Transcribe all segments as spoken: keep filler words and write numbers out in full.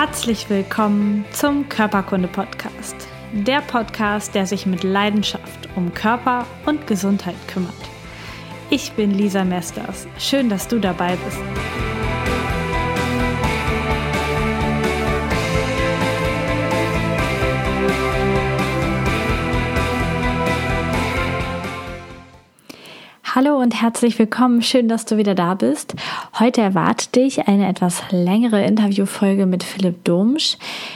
Herzlich willkommen zum Körperkunde-Podcast. Der Podcast, der sich mit Leidenschaft um Körper und Gesundheit kümmert. Ich bin Lisa Mesters. Schön, dass du dabei bist. Hallo und herzlich willkommen. Schön, dass du wieder da bist. Heute erwartet dich eine etwas längere Interviewfolge mit Philipp Domsch.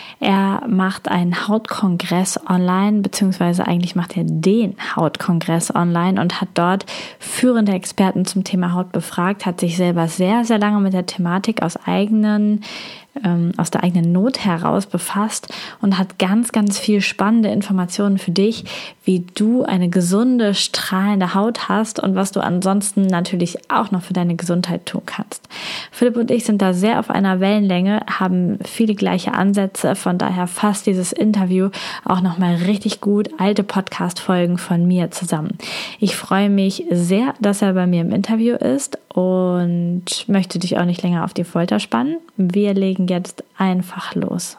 Er macht einen Hautkongress online, beziehungsweise eigentlich macht er den Hautkongress online und hat dort führende Experten zum Thema Haut befragt, hat sich selber sehr, sehr lange mit der Thematik aus eigenen ähm, aus der eigenen Not heraus befasst und hat ganz, ganz viel spannende Informationen für dich, wie du eine gesunde, strahlende Haut hast und was du ansonsten natürlich auch noch für deine Gesundheit tun kannst. Philipp und ich sind da sehr auf einer Wellenlänge, haben viele gleiche Ansätze, von daher fasst dieses Interview auch nochmal richtig gut alte Podcast-Folgen von mir zusammen. Ich freue mich sehr, dass er bei mir im Interview ist und möchte dich auch nicht länger auf die Folter spannen. Wir legen jetzt einfach los.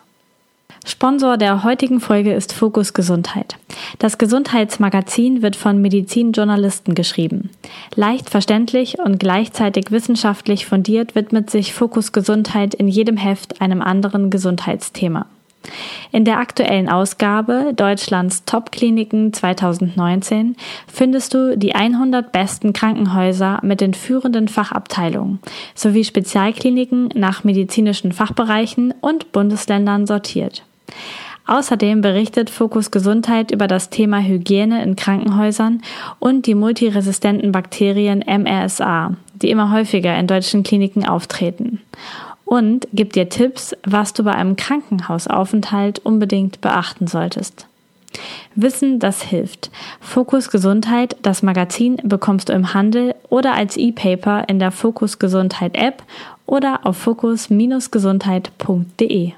Sponsor der heutigen Folge ist Fokus Gesundheit. Das Gesundheitsmagazin wird von Medizinjournalisten geschrieben. Leicht verständlich und gleichzeitig wissenschaftlich fundiert widmet sich Fokus Gesundheit in jedem Heft einem anderen Gesundheitsthema. In der aktuellen Ausgabe Deutschlands Top-Kliniken zweitausendneunzehn findest du die hundert besten Krankenhäuser mit den führenden Fachabteilungen sowie Spezialkliniken nach medizinischen Fachbereichen und Bundesländern sortiert. Außerdem berichtet Fokus Gesundheit über das Thema Hygiene in Krankenhäusern und die multiresistenten Bakterien M R S A, die immer häufiger in deutschen Kliniken auftreten. Und gibt dir Tipps, was du bei einem Krankenhausaufenthalt unbedingt beachten solltest. Wissen, das hilft. Fokus Gesundheit, das Magazin, bekommst du im Handel oder als E-Paper in der Fokus Gesundheit App oder auf fokus Gesundheit punkt de.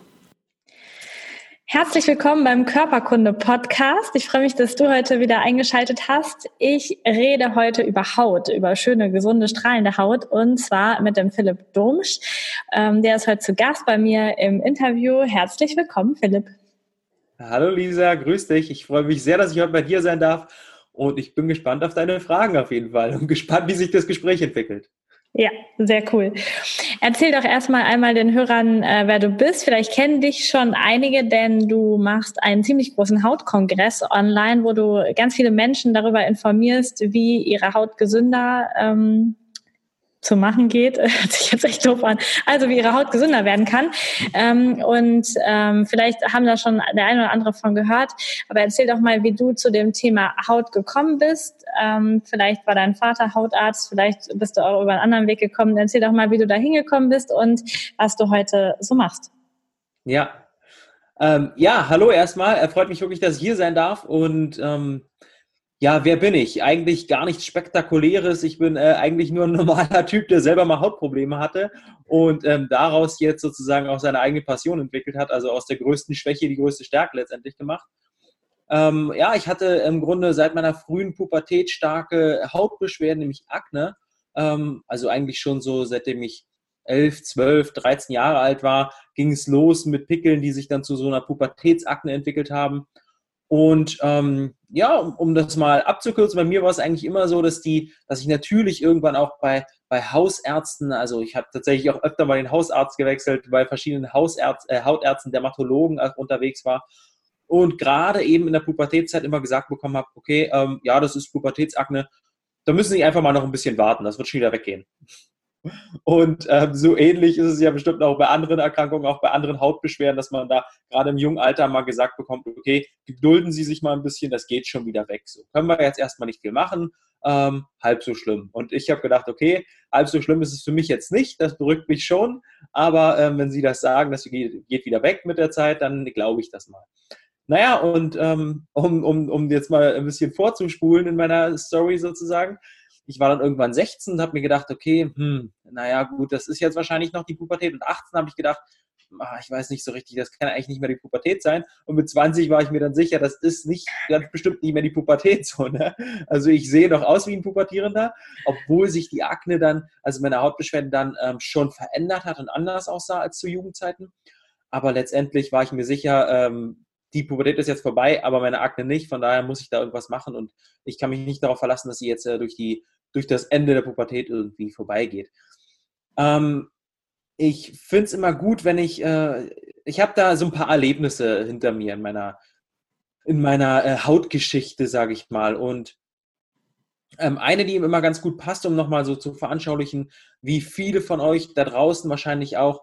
Herzlich willkommen beim Körperkunde-Podcast. Ich freue mich, dass du heute wieder eingeschaltet hast. Ich rede heute über Haut, über schöne, gesunde, strahlende Haut und zwar mit dem Philipp Domsch. Ähm, der ist heute zu Gast bei mir im Interview. Herzlich willkommen, Philipp. Hallo Lisa, grüß dich. Ich freue mich sehr, dass ich heute bei dir sein darf und ich bin gespannt auf deine Fragen auf jeden Fall und gespannt, wie sich das Gespräch entwickelt. Ja, sehr cool. Erzähl doch erstmal einmal den Hörern, äh, wer du bist. Vielleicht kennen dich schon einige, denn du machst einen ziemlich großen Hautkongress online, wo du ganz viele Menschen darüber informierst, wie ihre Haut gesünder ähm, zu machen geht. Hört sich jetzt echt doof an. Also wie ihre Haut gesünder werden kann. Ähm, und ähm, vielleicht haben da schon der eine oder andere von gehört. Aber erzähl doch mal, wie du zu dem Thema Haut gekommen bist. Ähm, vielleicht war dein Vater Hautarzt, vielleicht bist du auch über einen anderen Weg gekommen. Erzähl doch mal, wie du da hingekommen bist und was du heute so machst. Ja, ähm, ja, hallo erstmal. Er freut mich wirklich, dass ich hier sein darf und ähm, ja, wer bin ich? Eigentlich gar nichts Spektakuläres. Ich bin äh, eigentlich nur ein normaler Typ, der selber mal Hautprobleme hatte und ähm, daraus jetzt sozusagen auch seine eigene Passion entwickelt hat, also aus der größten Schwäche die größte Stärke letztendlich gemacht. Ähm, ja, ich hatte im Grunde seit meiner frühen Pubertät starke Hautbeschwerden, nämlich Akne. Ähm, also eigentlich schon so, seitdem ich elf, zwölf, dreizehn Jahre alt war, ging es los mit Pickeln, die sich dann zu so einer Pubertätsakne entwickelt haben. Und ähm, ja, um, um das mal abzukürzen, bei mir war es eigentlich immer so, dass die, dass ich natürlich irgendwann auch bei, bei Hausärzten, also ich habe tatsächlich auch öfter mal den Hausarzt gewechselt, bei verschiedenen Hausärzt, äh, Hautärzten, Dermatologen unterwegs war und gerade eben in der Pubertätszeit immer gesagt bekommen habe, okay, ähm, ja, das ist Pubertätsakne, da müssen Sie einfach mal noch ein bisschen warten, das wird schon wieder weggehen. Und ähm, so ähnlich ist es ja bestimmt auch bei anderen Erkrankungen, auch bei anderen Hautbeschwerden, dass man da gerade im jungen Alter mal gesagt bekommt, okay, gedulden Sie sich mal ein bisschen, das geht schon wieder weg. So können wir jetzt erstmal nicht viel machen, ähm, halb so schlimm. Und ich habe gedacht, okay, halb so schlimm ist es für mich jetzt nicht, das beruhigt mich schon, aber ähm, wenn Sie das sagen, das geht, geht wieder weg mit der Zeit, dann glaube ich das mal. Naja, und ähm, um, um, um jetzt mal ein bisschen vorzuspulen in meiner Story sozusagen, ich war dann irgendwann sechzehn und habe mir gedacht, okay, hm, naja gut, das ist jetzt wahrscheinlich noch die Pubertät. Und achtzehn habe ich gedacht, ach, ich weiß nicht so richtig, das kann eigentlich nicht mehr die Pubertät sein. Und mit zwanzig war ich mir dann sicher, das ist nicht, ganz bestimmt nicht mehr die Pubertät so. Ne? Also ich sehe doch aus wie ein Pubertierender, obwohl sich die Akne dann, also meine Hautbeschwerden dann ähm, schon verändert hat und anders aussah als zu Jugendzeiten. aber letztendlich war ich mir sicher, ähm, die Pubertät ist jetzt vorbei, aber meine Akne nicht, von daher muss ich da irgendwas machen und ich kann mich nicht darauf verlassen, dass sie jetzt äh, durch, die, durch das Ende der Pubertät irgendwie vorbeigeht. Ähm, ich finde es immer gut, wenn ich, äh, ich habe da so ein paar Erlebnisse hinter mir in meiner, in meiner äh, Hautgeschichte, sage ich mal. Und ähm, eine, die ihm immer ganz gut passt, um nochmal so zu veranschaulichen, wie viele von euch da draußen wahrscheinlich auch,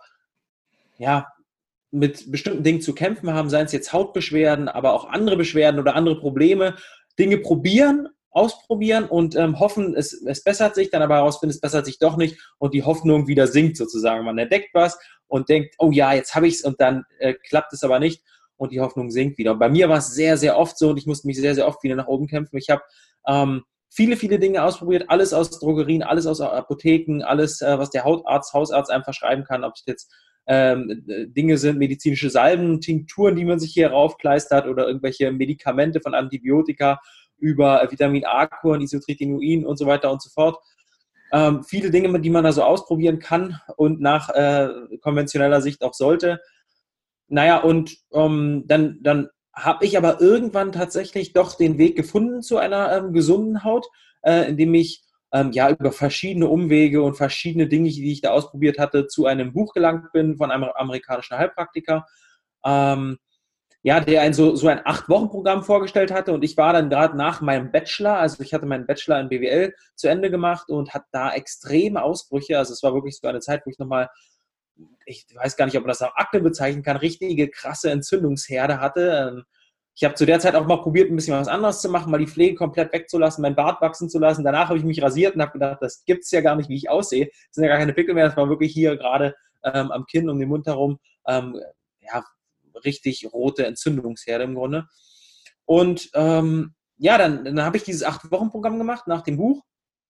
ja, mit bestimmten Dingen zu kämpfen haben, seien es jetzt Hautbeschwerden, aber auch andere Beschwerden oder andere Probleme, Dinge probieren, ausprobieren und ähm, hoffen, es, es bessert sich, dann aber herausfinden, es bessert sich doch nicht und die Hoffnung wieder sinkt sozusagen. Man entdeckt was und denkt, oh ja, jetzt habe ich es und dann äh, klappt es aber nicht und die Hoffnung sinkt wieder. Und bei mir war es sehr, sehr oft so und ich musste mich sehr, sehr oft wieder nach oben kämpfen. Ich habe ähm, viele, viele Dinge ausprobiert, alles aus Drogerien, alles aus Apotheken, alles, äh, was der Hautarzt, Hausarzt einem verschreiben kann, ob es jetzt ähm, Dinge sind, medizinische Salben, Tinkturen, die man sich hier raufkleistert oder irgendwelche Medikamente von Antibiotika über Vitamin A-Kuren, Isotretinoin und so weiter und so fort. Ähm, viele Dinge, die man da so ausprobieren kann und nach äh, konventioneller Sicht auch sollte. Naja, und ähm, dann, dann habe ich aber irgendwann tatsächlich doch den Weg gefunden zu einer ähm, gesunden Haut, äh, indem ich ähm, ja über verschiedene Umwege und verschiedene Dinge, die ich da ausprobiert hatte, zu einem Buch gelangt bin von einem amerikanischen Heilpraktiker, ähm, ja, der ein so, so ein Acht-Wochen-Programm vorgestellt hatte und ich war dann gerade nach meinem Bachelor, also ich hatte meinen Bachelor in B W L zu Ende gemacht und hatte da extreme Ausbrüche, also es war wirklich so eine Zeit, wo ich nochmal, ich weiß gar nicht, ob man das auch Akne bezeichnen kann, richtige krasse Entzündungsherde hatte. Ich habe zu der Zeit auch mal probiert, ein bisschen was anderes zu machen, mal die Pflege komplett wegzulassen, meinen Bart wachsen zu lassen. Danach habe ich mich rasiert und habe gedacht, das gibt es ja gar nicht, wie ich aussehe. Das sind ja gar keine Pickel mehr, das war wirklich hier gerade ähm, am Kinn und dem Mund herum, ähm, ja, richtig rote Entzündungsherde im Grunde. Und ähm, ja, dann, dann habe ich dieses Acht-Wochen-Programm gemacht nach dem Buch.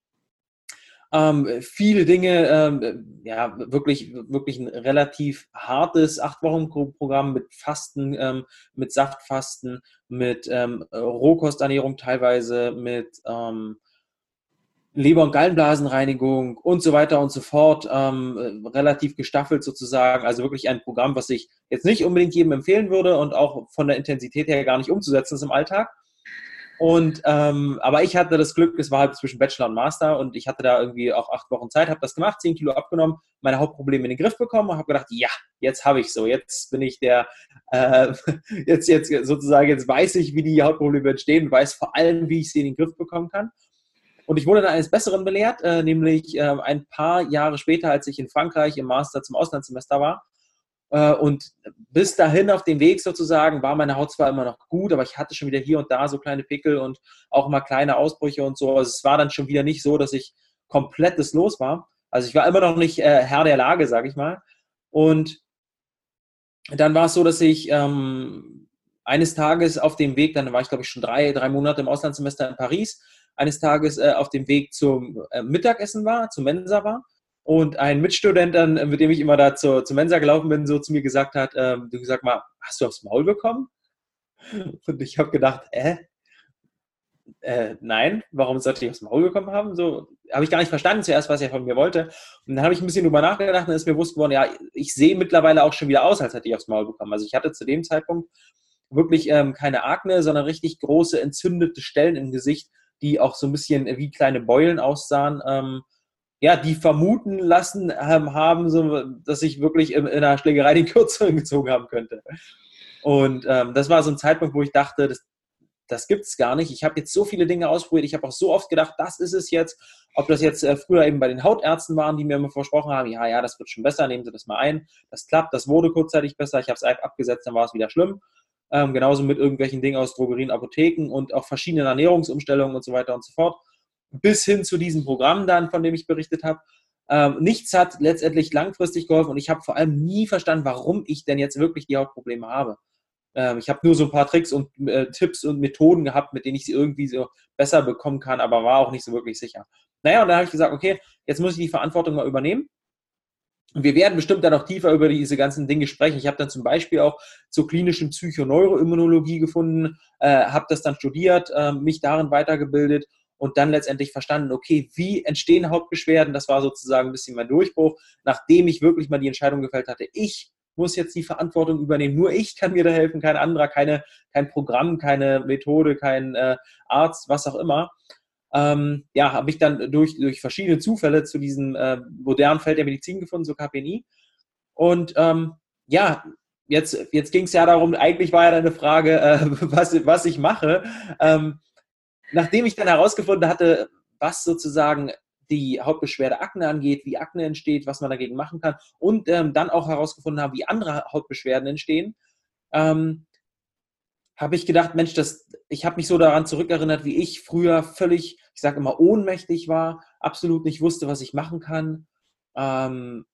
Ähm, viele Dinge, ähm, ja, wirklich, wirklich ein relativ hartes Acht-Wochen-Programm mit Fasten, ähm, mit Saftfasten, mit ähm, Rohkosternährung teilweise, mit ähm, Leber- und Gallenblasenreinigung und so weiter und so fort, ähm, relativ gestaffelt sozusagen. Also wirklich ein Programm, was ich jetzt nicht unbedingt jedem empfehlen würde und auch von der Intensität her gar nicht umzusetzen ist im Alltag. Und ähm, aber ich hatte das Glück, es war halt zwischen Bachelor und Master und ich hatte da irgendwie auch acht Wochen Zeit, habe das gemacht, zehn Kilo abgenommen, meine Hauptprobleme in den Griff bekommen und habe gedacht, ja, jetzt habe ich so, jetzt bin ich der, äh, jetzt jetzt sozusagen, jetzt weiß ich, wie die Hautprobleme entstehen und weiß vor allem, wie ich sie in den Griff bekommen kann. Und ich wurde dann eines Besseren belehrt, äh, nämlich äh, ein paar Jahre später, als ich in Frankreich im Master zum Auslandssemester war. Äh, und bis dahin auf dem Weg sozusagen war meine Haut zwar immer noch gut, aber ich hatte schon wieder hier und da so kleine Pickel und auch mal kleine Ausbrüche und so. Also es war dann schon wieder nicht so, dass ich komplett das los war. Also ich war immer noch nicht äh, Herr der Lage, sage ich mal. Und dann war es so, dass ich ähm, eines Tages auf dem Weg, dann war ich glaube ich schon drei, drei Monate im Auslandssemester in Paris, eines Tages äh, auf dem Weg zum äh, Mittagessen war, zum Mensa war und ein Mitstudent dann, mit dem ich immer da zur, zur Mensa gelaufen bin, so zu mir gesagt hat, ähm, du sag mal, hast du aufs Maul bekommen? Und ich habe gedacht, äh, äh, nein, warum sollte ich aufs Maul bekommen haben? So habe ich gar nicht verstanden zuerst, was er von mir wollte. Und dann habe ich ein bisschen drüber nachgedacht und dann ist mir bewusst geworden, ja, ich sehe mittlerweile auch schon wieder aus, als hätte ich aufs Maul bekommen. Also ich hatte zu dem Zeitpunkt wirklich ähm, keine Akne, sondern richtig große entzündete Stellen im Gesicht, die auch so ein bisschen wie kleine Beulen aussahen, ähm, ja, die vermuten lassen ähm, haben, so, dass ich wirklich in, in einer Schlägerei den Kürzeren gezogen haben könnte. Und ähm, das war so ein Zeitpunkt, wo ich dachte, das, das gibt es gar nicht. Ich habe jetzt so viele Dinge ausprobiert. Ich habe auch so oft gedacht, das ist es jetzt. Ob das jetzt äh, früher eben bei den Hautärzten waren, die mir immer versprochen haben, ja, ja, das wird schon besser, nehmen Sie das mal ein. Das klappt, das wurde kurzzeitig besser. Ich habe es abgesetzt, dann war es wieder schlimm. Ähm, genauso mit irgendwelchen Dingen aus Drogerien, Apotheken und auch verschiedenen Ernährungsumstellungen und so weiter und so fort. Bis hin zu diesem Programm dann, von dem ich berichtet habe. Ähm, nichts hat letztendlich langfristig geholfen und ich habe vor allem nie verstanden, warum ich denn jetzt wirklich die Hautprobleme habe. Ähm, ich habe nur so ein paar Tricks und äh, Tipps und Methoden gehabt, mit denen ich sie irgendwie so besser bekommen kann, aber war auch nicht so wirklich sicher. Naja, und dann habe ich gesagt, okay, jetzt muss ich die Verantwortung mal übernehmen. Und wir werden bestimmt dann noch tiefer über diese ganzen Dinge sprechen. Ich habe dann zum Beispiel auch zur klinischen Psychoneuroimmunologie gefunden, äh, habe das dann studiert, äh, mich darin weitergebildet und dann letztendlich verstanden, okay, wie entstehen Hautbeschwerden? Das war sozusagen ein bisschen mein Durchbruch, nachdem ich wirklich mal die Entscheidung gefällt hatte, ich muss jetzt die Verantwortung übernehmen. Nur ich kann mir da helfen, kein anderer, keine, kein Programm, keine Methode, kein äh, Arzt, was auch immer. Ähm, ja, habe ich dann durch, durch verschiedene Zufälle zu diesem äh, modernen Feld der Medizin gefunden, so K P N I. Und ähm, ja, jetzt, jetzt ging es ja darum, eigentlich war ja dann eine Frage, äh, was, was ich mache. Ähm, nachdem ich dann herausgefunden hatte, was sozusagen die Hautbeschwerde Akne angeht, wie Akne entsteht, was man dagegen machen kann und ähm, dann auch herausgefunden habe, wie andere Hautbeschwerden entstehen, ähm, habe ich gedacht, Mensch, das, ich habe mich so daran zurückerinnert, wie ich früher völlig, ich sage immer, ohnmächtig war, absolut nicht wusste, was ich machen kann, ähm,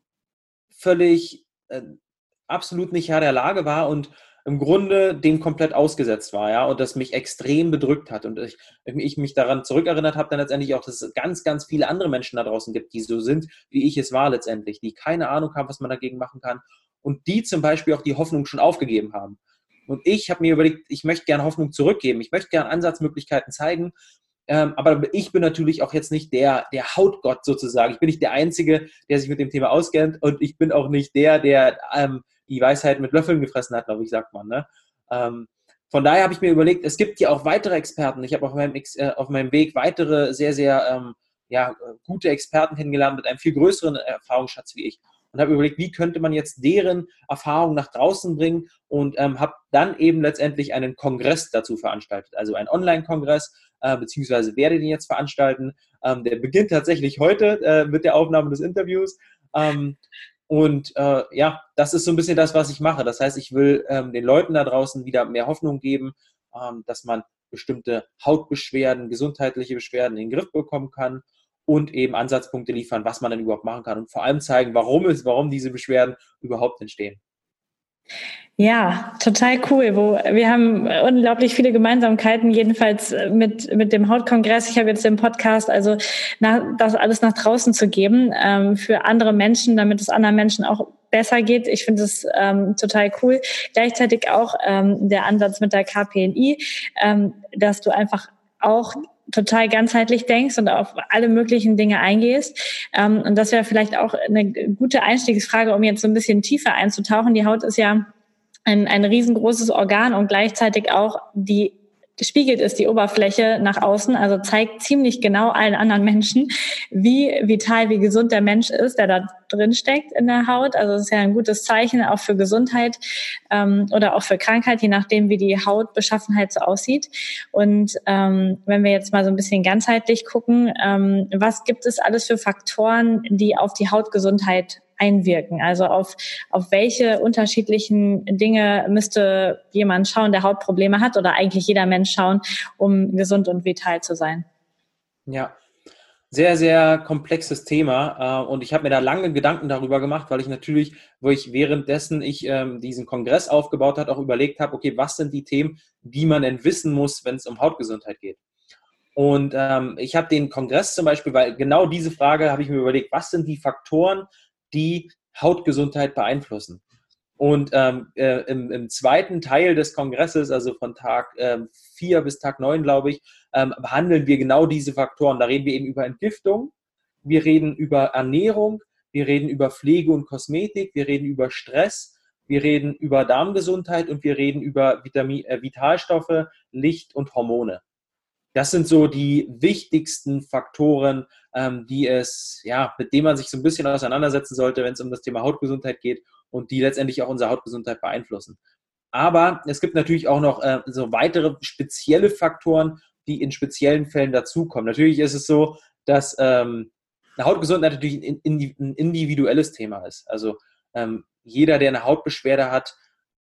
völlig, äh, absolut nicht Herr der Lage war und im Grunde dem komplett ausgesetzt war, ja, und das mich extrem bedrückt hat und ich, ich mich daran zurückerinnert habe, dann letztendlich auch, dass es ganz, ganz viele andere Menschen da draußen gibt, die so sind, wie ich es war letztendlich, die keine Ahnung haben, was man dagegen machen kann und die zum Beispiel auch die Hoffnung schon aufgegeben haben. Und ich habe mir überlegt, ich möchte gerne Hoffnung zurückgeben, ich möchte gerne Ansatzmöglichkeiten zeigen, ähm, aber ich bin natürlich auch jetzt nicht der, der Hautgott sozusagen. Ich bin nicht der Einzige, der sich mit dem Thema auskennt und ich bin auch nicht der, der ähm, die Weisheit mit Löffeln gefressen hat, glaube ich, sagt man. Ne? Ähm, von daher habe ich mir überlegt, es gibt ja auch weitere Experten. Ich habe auf meinem, äh, auf meinem Weg weitere sehr, sehr ähm, ja, gute Experten kennengelernt mit einem viel größeren Erfahrungsschatz wie ich. Und habe überlegt, wie könnte man jetzt deren Erfahrung nach draußen bringen und ähm, habe dann eben letztendlich einen Kongress dazu veranstaltet, also einen Online-Kongress, äh, beziehungsweise werde den jetzt veranstalten. Ähm, der beginnt tatsächlich heute äh, mit der Aufnahme des Interviews. Ähm, und äh, ja, das ist so ein bisschen das, was ich mache. Das heißt, ich will ähm, den Leuten da draußen wieder mehr Hoffnung geben, ähm, dass man bestimmte Hautbeschwerden, gesundheitliche Beschwerden in den Griff bekommen kann und eben Ansatzpunkte liefern, was man denn überhaupt machen kann und vor allem zeigen, warum es, warum diese Beschwerden überhaupt entstehen. Ja, total cool. Wo wir haben unglaublich viele Gemeinsamkeiten, jedenfalls mit mit dem Hautkongress. Ich habe jetzt den Podcast, also nach, das alles nach draußen zu geben ähm, für andere Menschen, damit es anderen Menschen auch besser geht. Ich finde es ähm, total cool. Gleichzeitig auch ähm, der Ansatz mit der K P N I, ähm, dass du einfach auch total ganzheitlich denkst und auf alle möglichen Dinge eingehst. Ähm, und das wäre vielleicht auch eine gute Einstiegsfrage, um jetzt so ein bisschen tiefer einzutauchen. Die Haut ist ja ein, ein riesengroßes Organ und gleichzeitig auch die spiegelt es die Oberfläche nach außen, also zeigt ziemlich genau allen anderen Menschen, wie vital, wie gesund der Mensch ist, der da drin steckt in der Haut. Also es ist ja ein gutes Zeichen auch für Gesundheit ähm, oder auch für Krankheit, je nachdem, wie die Hautbeschaffenheit so aussieht. Und ähm, wenn wir jetzt mal so ein bisschen ganzheitlich gucken, ähm, was gibt es alles für Faktoren, die auf die Hautgesundheit einwirken? Also auf, auf welche unterschiedlichen Dinge müsste jemand schauen, der Hautprobleme hat oder eigentlich jeder Mensch schauen, um gesund und vital zu sein? Ja, sehr, sehr komplexes Thema und ich habe mir da lange Gedanken darüber gemacht, weil ich natürlich, wo ich währenddessen ich ähm, diesen Kongress aufgebaut habe, auch überlegt habe, okay, was sind die Themen, die man denn wissen muss, wenn es um Hautgesundheit geht? Und ähm, ich habe den Kongress zum Beispiel, weil genau diese Frage habe ich mir überlegt, was sind die Faktoren, die Hautgesundheit beeinflussen. Und ähm, äh, im, im zweiten Teil des Kongresses, also von Tag ähm, vier bis Tag neun, glaube ich, ähm, behandeln wir genau diese Faktoren. Da reden wir eben über Entgiftung, wir reden über Ernährung, wir reden über Pflege und Kosmetik, wir reden über Stress, wir reden über Darmgesundheit und wir reden über Vitamin, äh, Vitalstoffe, Licht und Hormone. Das sind so die wichtigsten Faktoren, ähm, die es, ja, mit denen man sich so ein bisschen auseinandersetzen sollte, wenn es um das Thema Hautgesundheit geht und die letztendlich auch unsere Hautgesundheit beeinflussen. Aber es gibt natürlich auch noch äh, so weitere spezielle Faktoren, die in speziellen Fällen dazukommen. Natürlich ist es so, dass ähm, eine Hautgesundheit natürlich ein, ein individuelles Thema ist. Also ähm, jeder, der eine Hautbeschwerde hat,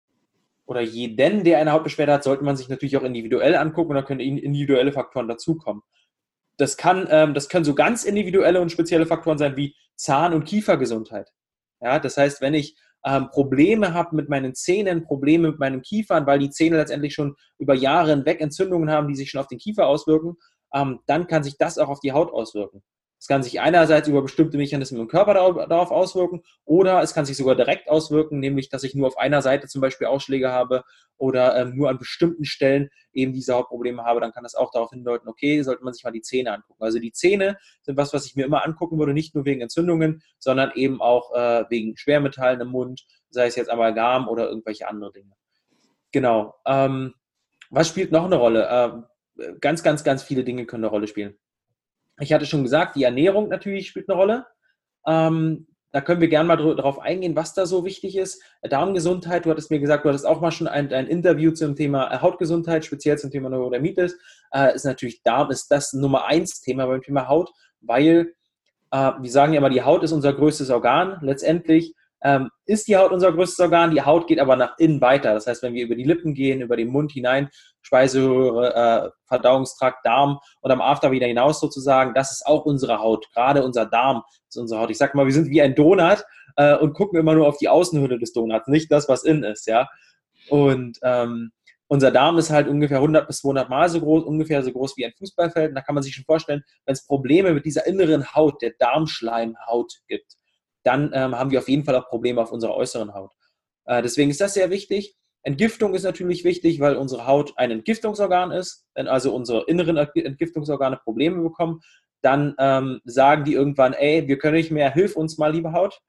oder jeden, der eine Hautbeschwerde hat, sollte man sich natürlich auch individuell angucken und da können individuelle Faktoren dazukommen. Das kann, ähm, das können so ganz individuelle und spezielle Faktoren sein wie Zahn- und Kiefergesundheit. Ja, das heißt, wenn ich ähm, Probleme habe mit meinen Zähnen, Probleme mit meinem Kiefern, weil die Zähne letztendlich schon über Jahre hinweg Entzündungen haben, die sich schon auf den Kiefer auswirken, ähm, dann kann sich das auch auf die Haut auswirken. Es kann sich einerseits über bestimmte Mechanismen im Körper darauf auswirken oder es kann sich sogar direkt auswirken, nämlich dass ich nur auf einer Seite zum Beispiel Ausschläge habe oder ähm, nur an bestimmten Stellen eben diese Hautprobleme habe. Dann kann das auch darauf hindeuten, okay, sollte man sich mal die Zähne angucken. Also die Zähne sind was, was ich mir immer angucken würde, nicht nur wegen Entzündungen, sondern eben auch äh, wegen Schwermetallen im Mund, sei es jetzt Amalgam oder irgendwelche andere Dinge. Genau. Ähm, was spielt noch eine Rolle? Äh, ganz, ganz, ganz viele Dinge können eine Rolle spielen. Ich hatte schon gesagt, die Ernährung natürlich spielt eine Rolle. Ähm, da können wir gerne mal darauf eingehen, was da so wichtig ist. Darmgesundheit, du hattest mir gesagt, du hattest auch mal schon ein, ein Interview zum Thema Hautgesundheit, speziell zum Thema Neurodermitis. Äh, ist natürlich Darm, ist das Nummer eins Thema beim Thema Haut, weil äh, wir sagen ja immer, die Haut ist unser größtes Organ. Letztendlich ähm, ist die Haut unser größtes Organ, die Haut geht aber nach innen weiter. Das heißt, wenn wir über die Lippen gehen, über den Mund hinein, Speiseröhre, äh, Verdauungstrakt, Darm und am After wieder hinaus sozusagen, das ist auch unsere Haut, gerade unser Darm ist unsere Haut. Ich sag mal, wir sind wie ein Donut äh, und gucken immer nur auf die Außenhülle des Donuts, nicht das, was innen ist, ja. Und ähm, unser Darm ist halt ungefähr hundert bis zweihundert Mal so groß, ungefähr so groß wie ein Fußballfeld. Und da kann man sich schon vorstellen, wenn es Probleme mit dieser inneren Haut, der Darmschleimhaut gibt, dann ähm, haben wir auf jeden Fall auch Probleme auf unserer äußeren Haut. Äh, deswegen ist das sehr wichtig. Entgiftung ist natürlich wichtig, weil unsere Haut ein Entgiftungsorgan ist. Wenn also unsere inneren Entgiftungsorgane Probleme bekommen, dann ähm, sagen die irgendwann, ey, wir können nicht mehr, hilf uns mal, liebe Haut.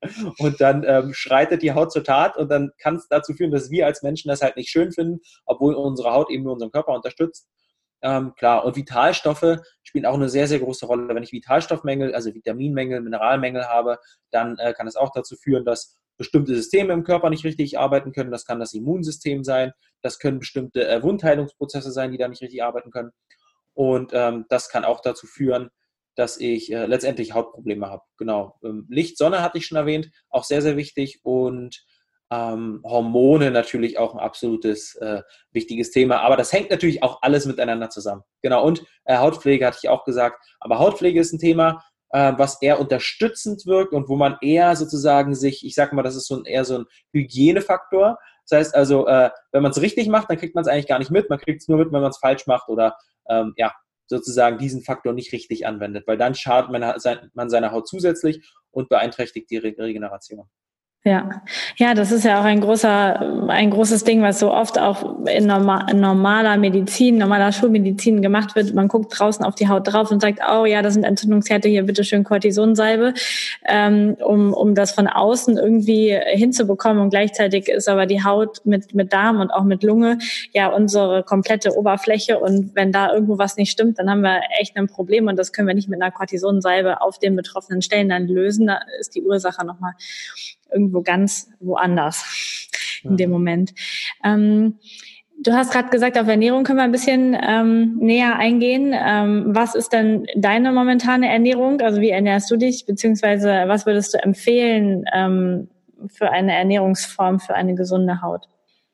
Und dann ähm, schreitet die Haut zur Tat und dann kann es dazu führen, dass wir als Menschen das halt nicht schön finden, obwohl unsere Haut eben nur unseren Körper unterstützt. Ähm, klar, und Vitalstoffe spielen auch eine sehr, sehr große Rolle. Wenn ich Vitalstoffmängel, also Vitaminmängel, Mineralmängel habe, dann äh, kann es auch dazu führen, dass bestimmte Systeme im Körper nicht richtig arbeiten können. Das kann das Immunsystem sein, das können bestimmte äh, Wundheilungsprozesse sein, die da nicht richtig arbeiten können. Und ähm, das kann auch dazu führen, dass ich äh, letztendlich Hautprobleme habe. Genau. Ähm, Licht, Sonne hatte ich schon erwähnt, auch sehr, sehr wichtig. Und ähm, Hormone natürlich auch ein absolutes äh, wichtiges Thema. Aber das hängt natürlich auch alles miteinander zusammen. Genau. Und äh, Hautpflege hatte ich auch gesagt. Aber Hautpflege ist ein Thema, äh, was eher unterstützend wirkt und wo man eher sozusagen sich, ich sag mal, das ist so ein, eher so ein Hygienefaktor. Das heißt also, äh, wenn man es richtig macht, dann kriegt man es eigentlich gar nicht mit. Man kriegt es nur mit, wenn man es falsch macht oder ähm, ja, sozusagen diesen Faktor nicht richtig anwendet, weil dann schadet man, man seiner Haut zusätzlich und beeinträchtigt die Re- Regeneration. Ja, ja, das ist ja auch ein großer, ein großes Ding, was so oft auch in, norma- in normaler Medizin, normaler Schulmedizin gemacht wird. Man guckt draußen auf die Haut drauf und sagt, oh ja, das sind Entzündungsherde, hier bitteschön Cortisonsalbe, ähm, um, um das von außen irgendwie hinzubekommen. Und gleichzeitig ist aber die Haut mit, mit Darm und auch mit Lunge ja unsere komplette Oberfläche. Und wenn da irgendwo was nicht stimmt, dann haben wir echt ein Problem. Und das können wir nicht mit einer Cortisonsalbe auf den betroffenen Stellen dann lösen. Da ist die Ursache nochmal irgendwo ganz woanders in dem Moment. Ähm, du hast gerade gesagt, auf Ernährung können wir ein bisschen ähm, näher eingehen. Ähm, was ist denn deine momentane Ernährung? Also wie ernährst du dich? Beziehungsweise was würdest du empfehlen ähm, für eine Ernährungsform, für eine gesunde Haut?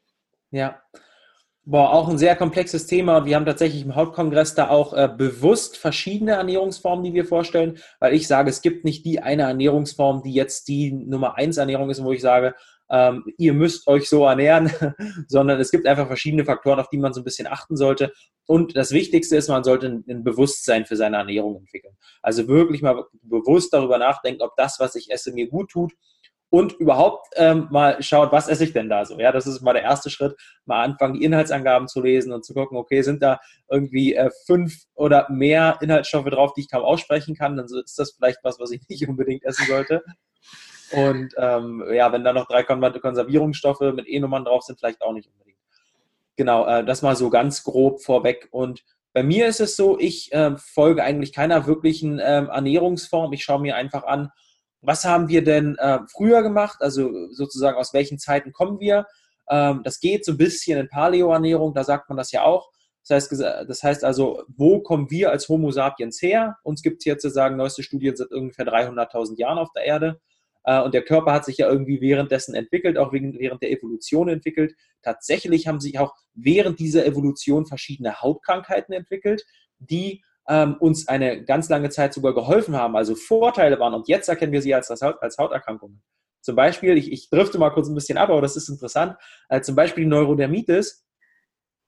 Ja, boah, auch ein sehr komplexes Thema und wir haben tatsächlich im Hautkongress da auch äh, bewusst verschiedene Ernährungsformen, die wir vorstellen, weil ich sage, es gibt nicht die eine Ernährungsform, die jetzt die Nummer eins Ernährung ist, wo ich sage, ähm, ihr müsst euch so ernähren, sondern es gibt einfach verschiedene Faktoren, auf die man so ein bisschen achten sollte. Und das Wichtigste ist, man sollte ein, ein Bewusstsein für seine Ernährung entwickeln. Also wirklich mal bewusst darüber nachdenken, ob das, was ich esse, mir gut tut. Und überhaupt ähm, mal schaut, was esse ich denn da so? Ja, das ist mal der erste Schritt. Mal anfangen, die Inhaltsangaben zu lesen und zu gucken, okay, sind da irgendwie äh, fünf oder mehr Inhaltsstoffe drauf, die ich kaum aussprechen kann? Dann ist das vielleicht was, was ich nicht unbedingt essen sollte. Und ähm, ja, wenn da noch drei Konservierungsstoffe mit E-Nummern drauf sind, vielleicht auch nicht unbedingt. Genau, äh, das mal so ganz grob vorweg. Und bei mir ist es so, ich äh, folge eigentlich keiner wirklichen äh, Ernährungsform. Ich schaue mir einfach an, was haben wir denn äh, früher gemacht, also sozusagen aus welchen Zeiten kommen wir. Ähm, das geht so ein bisschen in Paleo-Ernährung, da sagt man das ja auch. Das heißt, das heißt also, wo kommen wir als Homo sapiens her? Uns gibt es jetzt sozusagen neueste Studien seit ungefähr dreihunderttausend Jahren auf der Erde. Äh, und der Körper hat sich ja irgendwie währenddessen entwickelt, auch wegen, während der Evolution entwickelt. Tatsächlich haben sich auch während dieser Evolution verschiedene Hautkrankheiten entwickelt, die uns eine ganz lange Zeit sogar geholfen haben, also Vorteile waren und jetzt erkennen wir sie als, als Hauterkrankungen. Zum Beispiel, ich, ich drifte mal kurz ein bisschen ab, aber das ist interessant, äh, zum Beispiel die Neurodermitis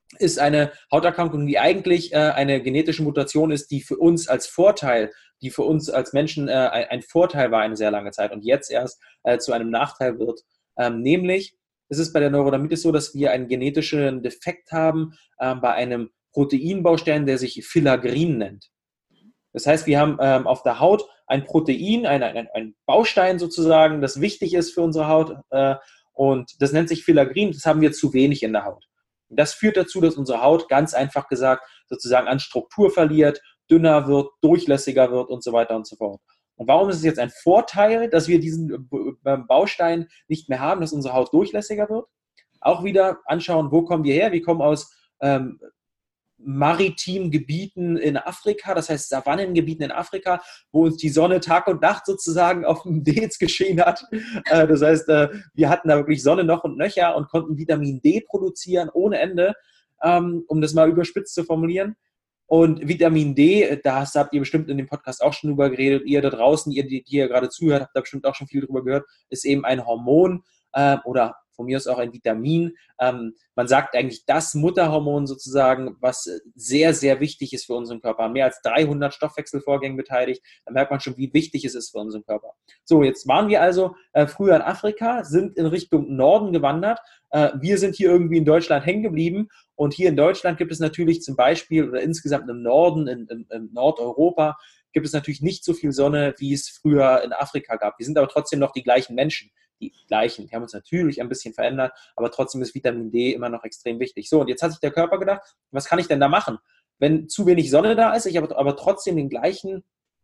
ist eine Hauterkrankung, die eigentlich äh, eine genetische Mutation ist, die für uns als Vorteil, die für uns als Menschen äh, ein, ein Vorteil war eine sehr lange Zeit und jetzt erst äh, zu einem Nachteil wird. Ähm, nämlich ist es bei der Neurodermitis so, dass wir einen genetischen Defekt haben äh, bei einem Proteinbaustein, der sich Filaggrin nennt. Das heißt, wir haben ähm, auf der Haut ein Protein, ein, ein, ein Baustein sozusagen, das wichtig ist für unsere Haut äh, und das nennt sich Filaggrin, das haben wir zu wenig in der Haut. Das führt dazu, dass unsere Haut ganz einfach gesagt sozusagen an Struktur verliert, dünner wird, durchlässiger wird und so weiter und so fort. Und warum ist es jetzt ein Vorteil, dass wir diesen Baustein nicht mehr haben, dass unsere Haut durchlässiger wird? Auch wieder anschauen, wo kommen wir her? Wir kommen aus ähm, maritimen Gebieten in Afrika, das heißt Savannengebieten in Afrika, wo uns die Sonne Tag und Nacht sozusagen auf dem Dez geschienen hat. Äh, das heißt, äh, wir hatten da wirklich Sonne noch und nöcher und konnten Vitamin D produzieren ohne Ende, ähm, um das mal überspitzt zu formulieren. Und Vitamin D, das habt ihr bestimmt in dem Podcast auch schon drüber geredet, ihr da draußen, ihr, die, die ihr gerade zuhört, habt da bestimmt auch schon viel drüber gehört, ist eben ein Hormon äh, oder von mir aus auch ein Vitamin. Ähm, man sagt eigentlich das Mutterhormon sozusagen, was sehr, sehr wichtig ist für unseren Körper. Mehr als dreihundert Stoffwechselvorgängen beteiligt. Da merkt man schon, wie wichtig es ist für unseren Körper. So, jetzt waren wir also äh, früher in Afrika, sind in Richtung Norden gewandert. Äh, wir sind hier irgendwie in Deutschland hängen geblieben. Und hier in Deutschland gibt es natürlich zum Beispiel, oder insgesamt im Norden, in, in, in Nordeuropa, gibt es natürlich nicht so viel Sonne, wie es früher in Afrika gab. Wir sind aber trotzdem noch die gleichen Menschen. Die gleichen. Die haben uns natürlich ein bisschen verändert, aber trotzdem ist Vitamin D immer noch extrem wichtig. So, und jetzt hat sich der Körper gedacht, was kann ich denn da machen? Wenn zu wenig Sonne da ist, ich aber, aber trotzdem den gleichen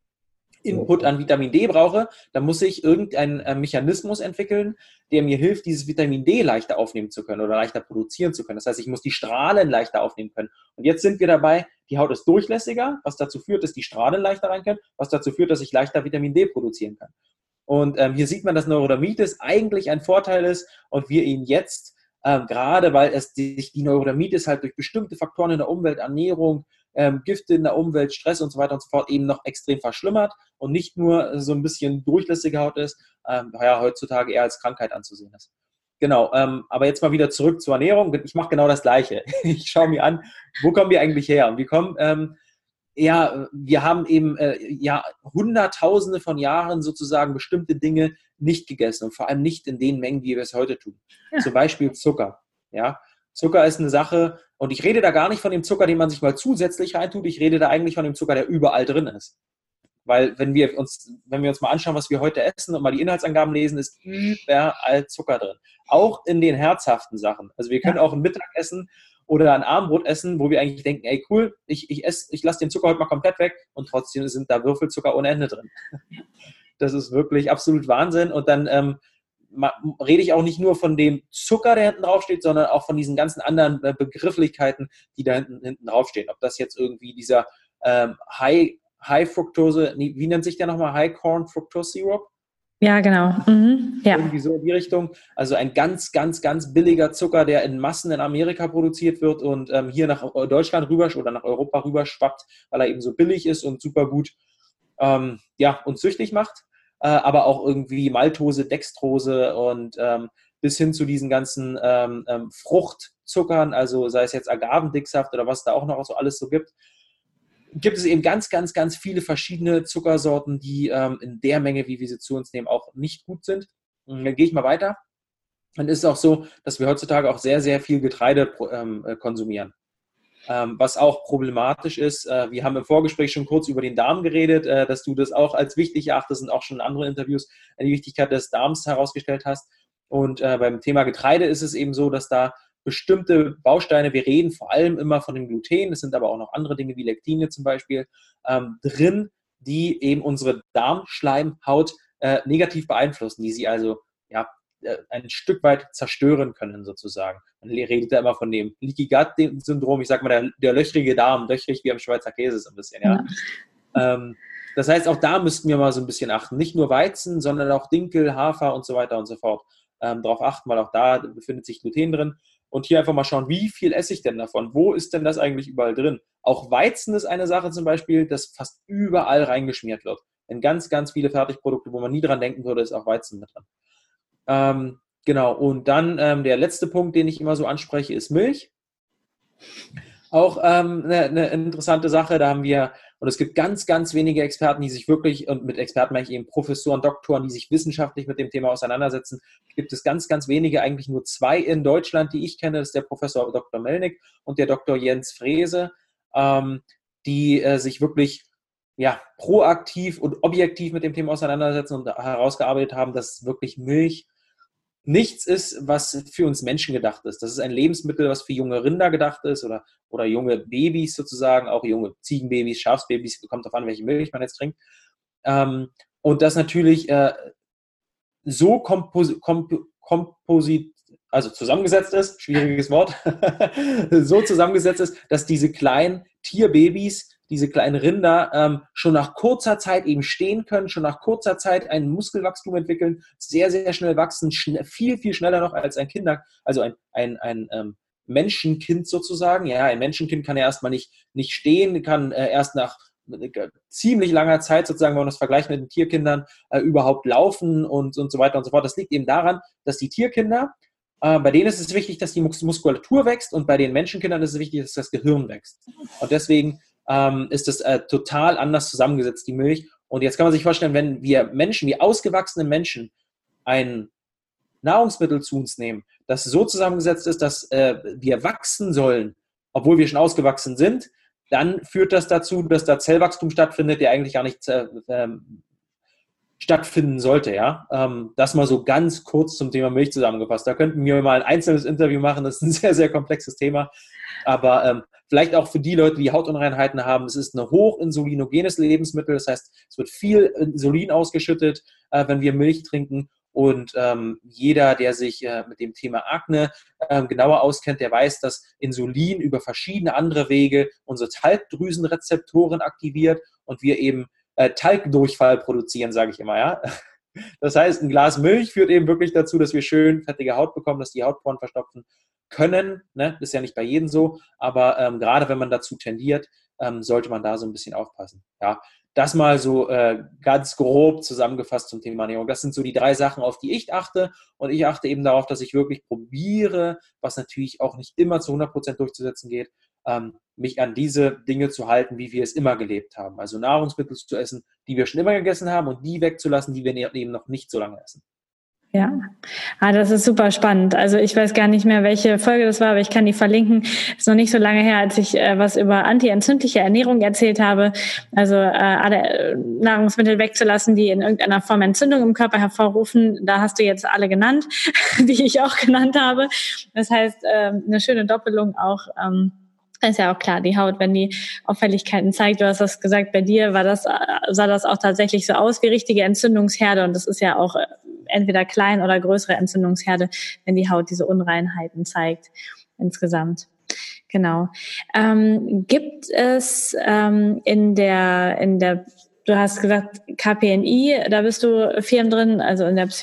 Input an Vitamin D brauche, dann muss ich irgendeinen äh, Mechanismus entwickeln, der mir hilft, dieses Vitamin D leichter aufnehmen zu können oder leichter produzieren zu können. Das heißt, ich muss die Strahlen leichter aufnehmen können. Und jetzt sind wir dabei, die Haut ist durchlässiger, was dazu führt, dass die Strahlen leichter rein können, was dazu führt, dass ich leichter Vitamin D produzieren kann. Und ähm, hier sieht man, dass Neurodermitis eigentlich ein Vorteil ist und wir ihn jetzt, ähm, gerade weil es sich die Neurodermitis halt durch bestimmte Faktoren in der Umwelt, Ernährung, ähm, Gifte in der Umwelt, Stress und so weiter und so fort eben noch extrem verschlimmert und nicht nur so ein bisschen durchlässige Haut ist, ähm, ja, heutzutage eher als Krankheit anzusehen ist. Genau, ähm, aber jetzt mal wieder zurück zur Ernährung. Ich mache genau das Gleiche. Ich schaue mir an, wo kommen wir eigentlich her? Und wir kommen... Ähm, Ja, wir haben eben äh, ja Hunderttausende von Jahren sozusagen bestimmte Dinge nicht gegessen und vor allem nicht in den Mengen, wie wir es heute tun. Ja. Zum Beispiel Zucker. Ja, Zucker ist eine Sache und ich rede da gar nicht von dem Zucker, den man sich mal zusätzlich reintut. Ich rede da eigentlich von dem Zucker, der überall drin ist. Weil wenn wir uns, wenn wir uns mal anschauen, was wir heute essen und mal die Inhaltsangaben lesen, ist überall Zucker drin. Auch in den herzhaften Sachen. Also wir können ja auch ein Mittagessen oder ein Abendbrot essen, wo wir eigentlich denken, ey cool, ich, ich, esse, ich lasse den Zucker heute mal komplett weg und trotzdem sind da Würfelzucker ohne Ende drin. Das ist wirklich absolut Wahnsinn. Und dann ähm, rede ich auch nicht nur von dem Zucker, der hinten draufsteht, sondern auch von diesen ganzen anderen äh, Begrifflichkeiten, die da hinten, hinten draufstehen. Ob das jetzt irgendwie dieser ähm, High, High Fructose, wie nennt sich der nochmal? High Corn Fructose Syrup? Ja, genau. Mhm. Ja. Irgendwie so in die Richtung. Also ein ganz, ganz, ganz billiger Zucker, der in Massen in Amerika produziert wird und ähm, hier nach Deutschland rüber oder nach Europa rüber schwappt, weil er eben so billig ist und super gut ähm, ja, uns süchtig macht. Äh, aber auch irgendwie Maltose, Dextrose und ähm, bis hin zu diesen ganzen ähm, ähm, Fruchtzuckern, also sei es jetzt Agavendicksaft oder was da auch noch so alles so gibt. Gibt es eben ganz, ganz, ganz viele verschiedene Zuckersorten, die ähm, in der Menge, wie wir sie zu uns nehmen, auch nicht gut sind. Und dann gehe ich mal weiter. Dann ist es auch so, dass wir heutzutage auch sehr, sehr viel Getreide ähm, konsumieren. Ähm, was auch problematisch ist. Äh, wir haben im Vorgespräch schon kurz über den Darm geredet, äh, dass du das auch als wichtig erachtest und auch schon in anderen Interviews äh, die Wichtigkeit des Darms herausgestellt hast. Und äh, beim Thema Getreide ist es eben so, dass da bestimmte Bausteine, wir reden vor allem immer von dem Gluten, es sind aber auch noch andere Dinge wie Lektine zum Beispiel, ähm, drin, die eben unsere Darmschleimhaut äh, negativ beeinflussen, die sie also ja, äh, ein Stück weit zerstören können sozusagen. Man redet da immer von dem Leaky Gut Syndrom, ich sag mal der, der löchrige Darm, löchrig wie am Schweizer Käse so ein bisschen, ja. ja. Ähm, das heißt, auch da müssten wir mal so ein bisschen achten, nicht nur Weizen, sondern auch Dinkel, Hafer und so weiter und so fort. Ähm, darauf achten, weil auch da befindet sich Gluten drin. Und hier einfach mal schauen, wie viel esse ich denn davon? Wo ist denn das eigentlich überall drin? Auch Weizen ist eine Sache zum Beispiel, das fast überall reingeschmiert wird. In ganz, ganz viele Fertigprodukte, wo man nie dran denken würde, ist auch Weizen mit drin. Ähm, genau, und dann ähm, der letzte Punkt, den ich immer so anspreche, ist Milch. Auch ähm, eine, eine interessante Sache, da haben wir, und es gibt ganz, ganz wenige Experten, die sich wirklich, und mit Experten meine ich eben Professoren, Doktoren, die sich wissenschaftlich mit dem Thema auseinandersetzen, gibt es ganz, ganz wenige, eigentlich nur zwei in Deutschland, die ich kenne, das ist der Professor Doktor Melnick und der Doktor Jens Frese, ähm, die äh, sich wirklich ja, proaktiv und objektiv mit dem Thema auseinandersetzen und herausgearbeitet haben, dass wirklich Milch nichts ist, was für uns Menschen gedacht ist. Das ist ein Lebensmittel, was für junge Rinder gedacht ist oder, oder junge Babys sozusagen, auch junge Ziegenbabys, Schafsbabys, kommt darauf an, welche Milch man jetzt trinkt. Ähm, und das natürlich äh, so kompos komp komposit, also zusammengesetzt ist, schwieriges Wort, so zusammengesetzt ist, dass diese kleinen Tierbabys, diese kleinen Rinder ähm, schon nach kurzer Zeit eben stehen können, schon nach kurzer Zeit ein Muskelwachstum entwickeln, sehr, sehr schnell wachsen, schnell, viel, viel schneller noch als ein Kinder, also ein, ein, ein ähm, Menschenkind sozusagen. Ja, ein Menschenkind kann ja erstmal nicht, nicht stehen, kann äh, erst nach ziemlich langer Zeit sozusagen, wenn man das vergleicht mit den Tierkindern, äh, überhaupt laufen und, und so weiter und so fort. Das liegt eben daran, dass die Tierkinder, äh, bei denen ist es wichtig, dass die Mus Muskulatur wächst und bei den Menschenkindern ist es wichtig, dass das Gehirn wächst. Und deswegen ähm, ist es äh, total anders zusammengesetzt, die Milch. Und jetzt kann man sich vorstellen, wenn wir Menschen, wie ausgewachsene Menschen, ein Nahrungsmittel zu uns nehmen, das so zusammengesetzt ist, dass äh, wir wachsen sollen, obwohl wir schon ausgewachsen sind, dann führt das dazu, dass da Zellwachstum stattfindet, der eigentlich gar nicht äh, ähm, stattfinden sollte. Ja? Ähm, das mal so ganz kurz zum Thema Milch zusammengefasst. Da könnten wir mal ein einzelnes Interview machen, das ist ein sehr, sehr komplexes Thema. Aber ähm, vielleicht auch für die Leute, die Hautunreinheiten haben, es ist ein hochinsulinogenes Lebensmittel, das heißt, es wird viel Insulin ausgeschüttet, äh, wenn wir Milch trinken. Und ähm, jeder, der sich äh, mit dem Thema Akne äh, genauer auskennt, der weiß, dass Insulin über verschiedene andere Wege unsere Talgdrüsenrezeptoren aktiviert und wir eben äh, Talgdurchfall produzieren, sage ich immer. Ja? Das heißt, ein Glas Milch führt eben wirklich dazu, dass wir schön fettige Haut bekommen, dass die Hautporen verstopfen können. Ne? Ist ja nicht bei jedem so, aber ähm, gerade wenn man dazu tendiert, ähm, sollte man da so ein bisschen aufpassen. Ja? Das mal so äh, ganz grob zusammengefasst zum Thema Ernährung. Das sind so die drei Sachen, auf die ich achte. Und ich achte eben darauf, dass ich wirklich probiere, was natürlich auch nicht immer zu hundert Prozent durchzusetzen geht, ähm, mich an diese Dinge zu halten, wie wir es immer gelebt haben. Also Nahrungsmittel zu essen, die wir schon immer gegessen haben und die wegzulassen, die wir eben noch nicht so lange essen. Ja, ah, das ist super spannend. Also ich weiß gar nicht mehr, welche Folge das war, aber ich kann die verlinken. Ist noch nicht so lange her, als ich äh, was über antientzündliche Ernährung erzählt habe. Also äh, alle Nahrungsmittel wegzulassen, die in irgendeiner Form Entzündung im Körper hervorrufen. Da hast du jetzt alle genannt, die ich auch genannt habe. Das heißt, äh, eine schöne Doppelung auch. Ähm, ist ja auch klar, die Haut, wenn die Auffälligkeiten zeigt, du hast das gesagt, bei dir war das, sah das auch tatsächlich so aus wie richtige Entzündungsherde und das ist ja auch entweder klein oder größere Entzündungsherde, wenn die Haut diese Unreinheiten zeigt insgesamt. Genau. Ähm, gibt es ähm, in der in der Du hast gesagt K P N I, da bist du firm drin, also in der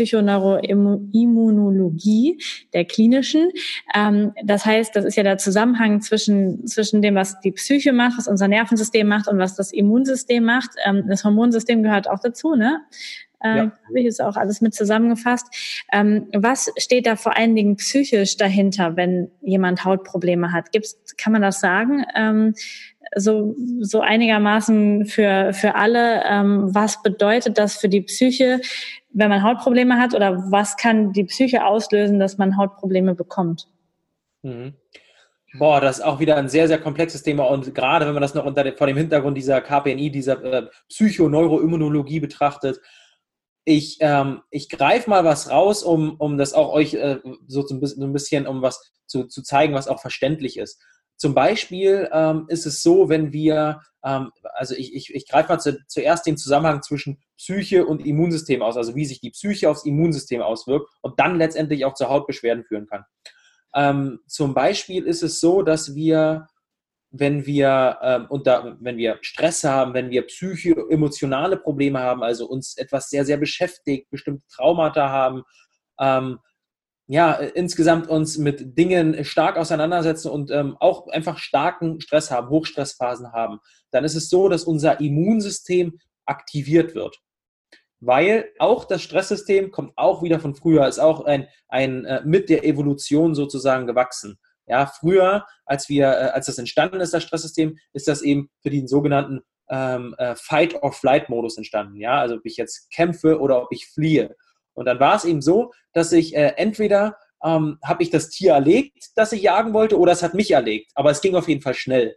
Psychoneuroimmunologie, der klinischen. Ähm, das heißt, das ist ja der Zusammenhang zwischen zwischen dem, was die Psyche macht, was unser Nervensystem macht und was das Immunsystem macht. Ähm, das Hormonsystem gehört auch dazu, ne? Äh, ja. Habe ich jetzt auch alles mit zusammengefasst. Ähm, was steht da vor allen Dingen psychisch dahinter, wenn jemand Hautprobleme hat? Gibt's, kann man das sagen? Ähm, so so einigermaßen für für alle, ähm, was bedeutet das für die Psyche, wenn man Hautprobleme hat, oder was kann die Psyche auslösen, dass man Hautprobleme bekommt? Mhm. Boah, das ist auch wieder ein sehr, sehr komplexes Thema und gerade wenn man das noch unter dem, vor dem Hintergrund dieser K P N I, dieser äh, Psychoneuroimmunologie betrachtet, ich, ähm, ich greife mal was raus, um, um das auch euch äh, so, so ein bisschen, um was zu, zu zeigen, was auch verständlich ist. Zum Beispiel ähm, ist es so, wenn wir, ähm, also ich, ich, ich greife mal zu, zuerst den Zusammenhang zwischen Psyche und Immunsystem aus, also wie sich die Psyche aufs Immunsystem auswirkt und dann letztendlich auch zu Hautbeschwerden führen kann. Ähm, zum Beispiel ist es so, dass wir, wenn wir, ähm, unter, wenn wir Stress haben, wenn wir psycho-emotionale Probleme haben, also uns etwas sehr, sehr beschäftigt, bestimmte Traumata haben, ähm, ja, insgesamt uns mit Dingen stark auseinandersetzen und ähm, auch einfach starken Stress haben, Hochstressphasen haben, dann ist es so, dass unser Immunsystem aktiviert wird. Weil auch das Stresssystem kommt auch wieder von früher, ist auch ein, ein äh, mit der Evolution sozusagen gewachsen. Ja, früher, als wir, äh, als das entstanden ist, das Stresssystem, ist das eben für den sogenannten ähm, äh, Fight-or-Flight-Modus entstanden. Ja, also ob ich jetzt kämpfe oder ob ich fliehe. Und dann war es eben so, dass ich äh, entweder ähm, habe ich das Tier erlegt, das ich jagen wollte, oder es hat mich erlegt. Aber es ging auf jeden Fall schnell.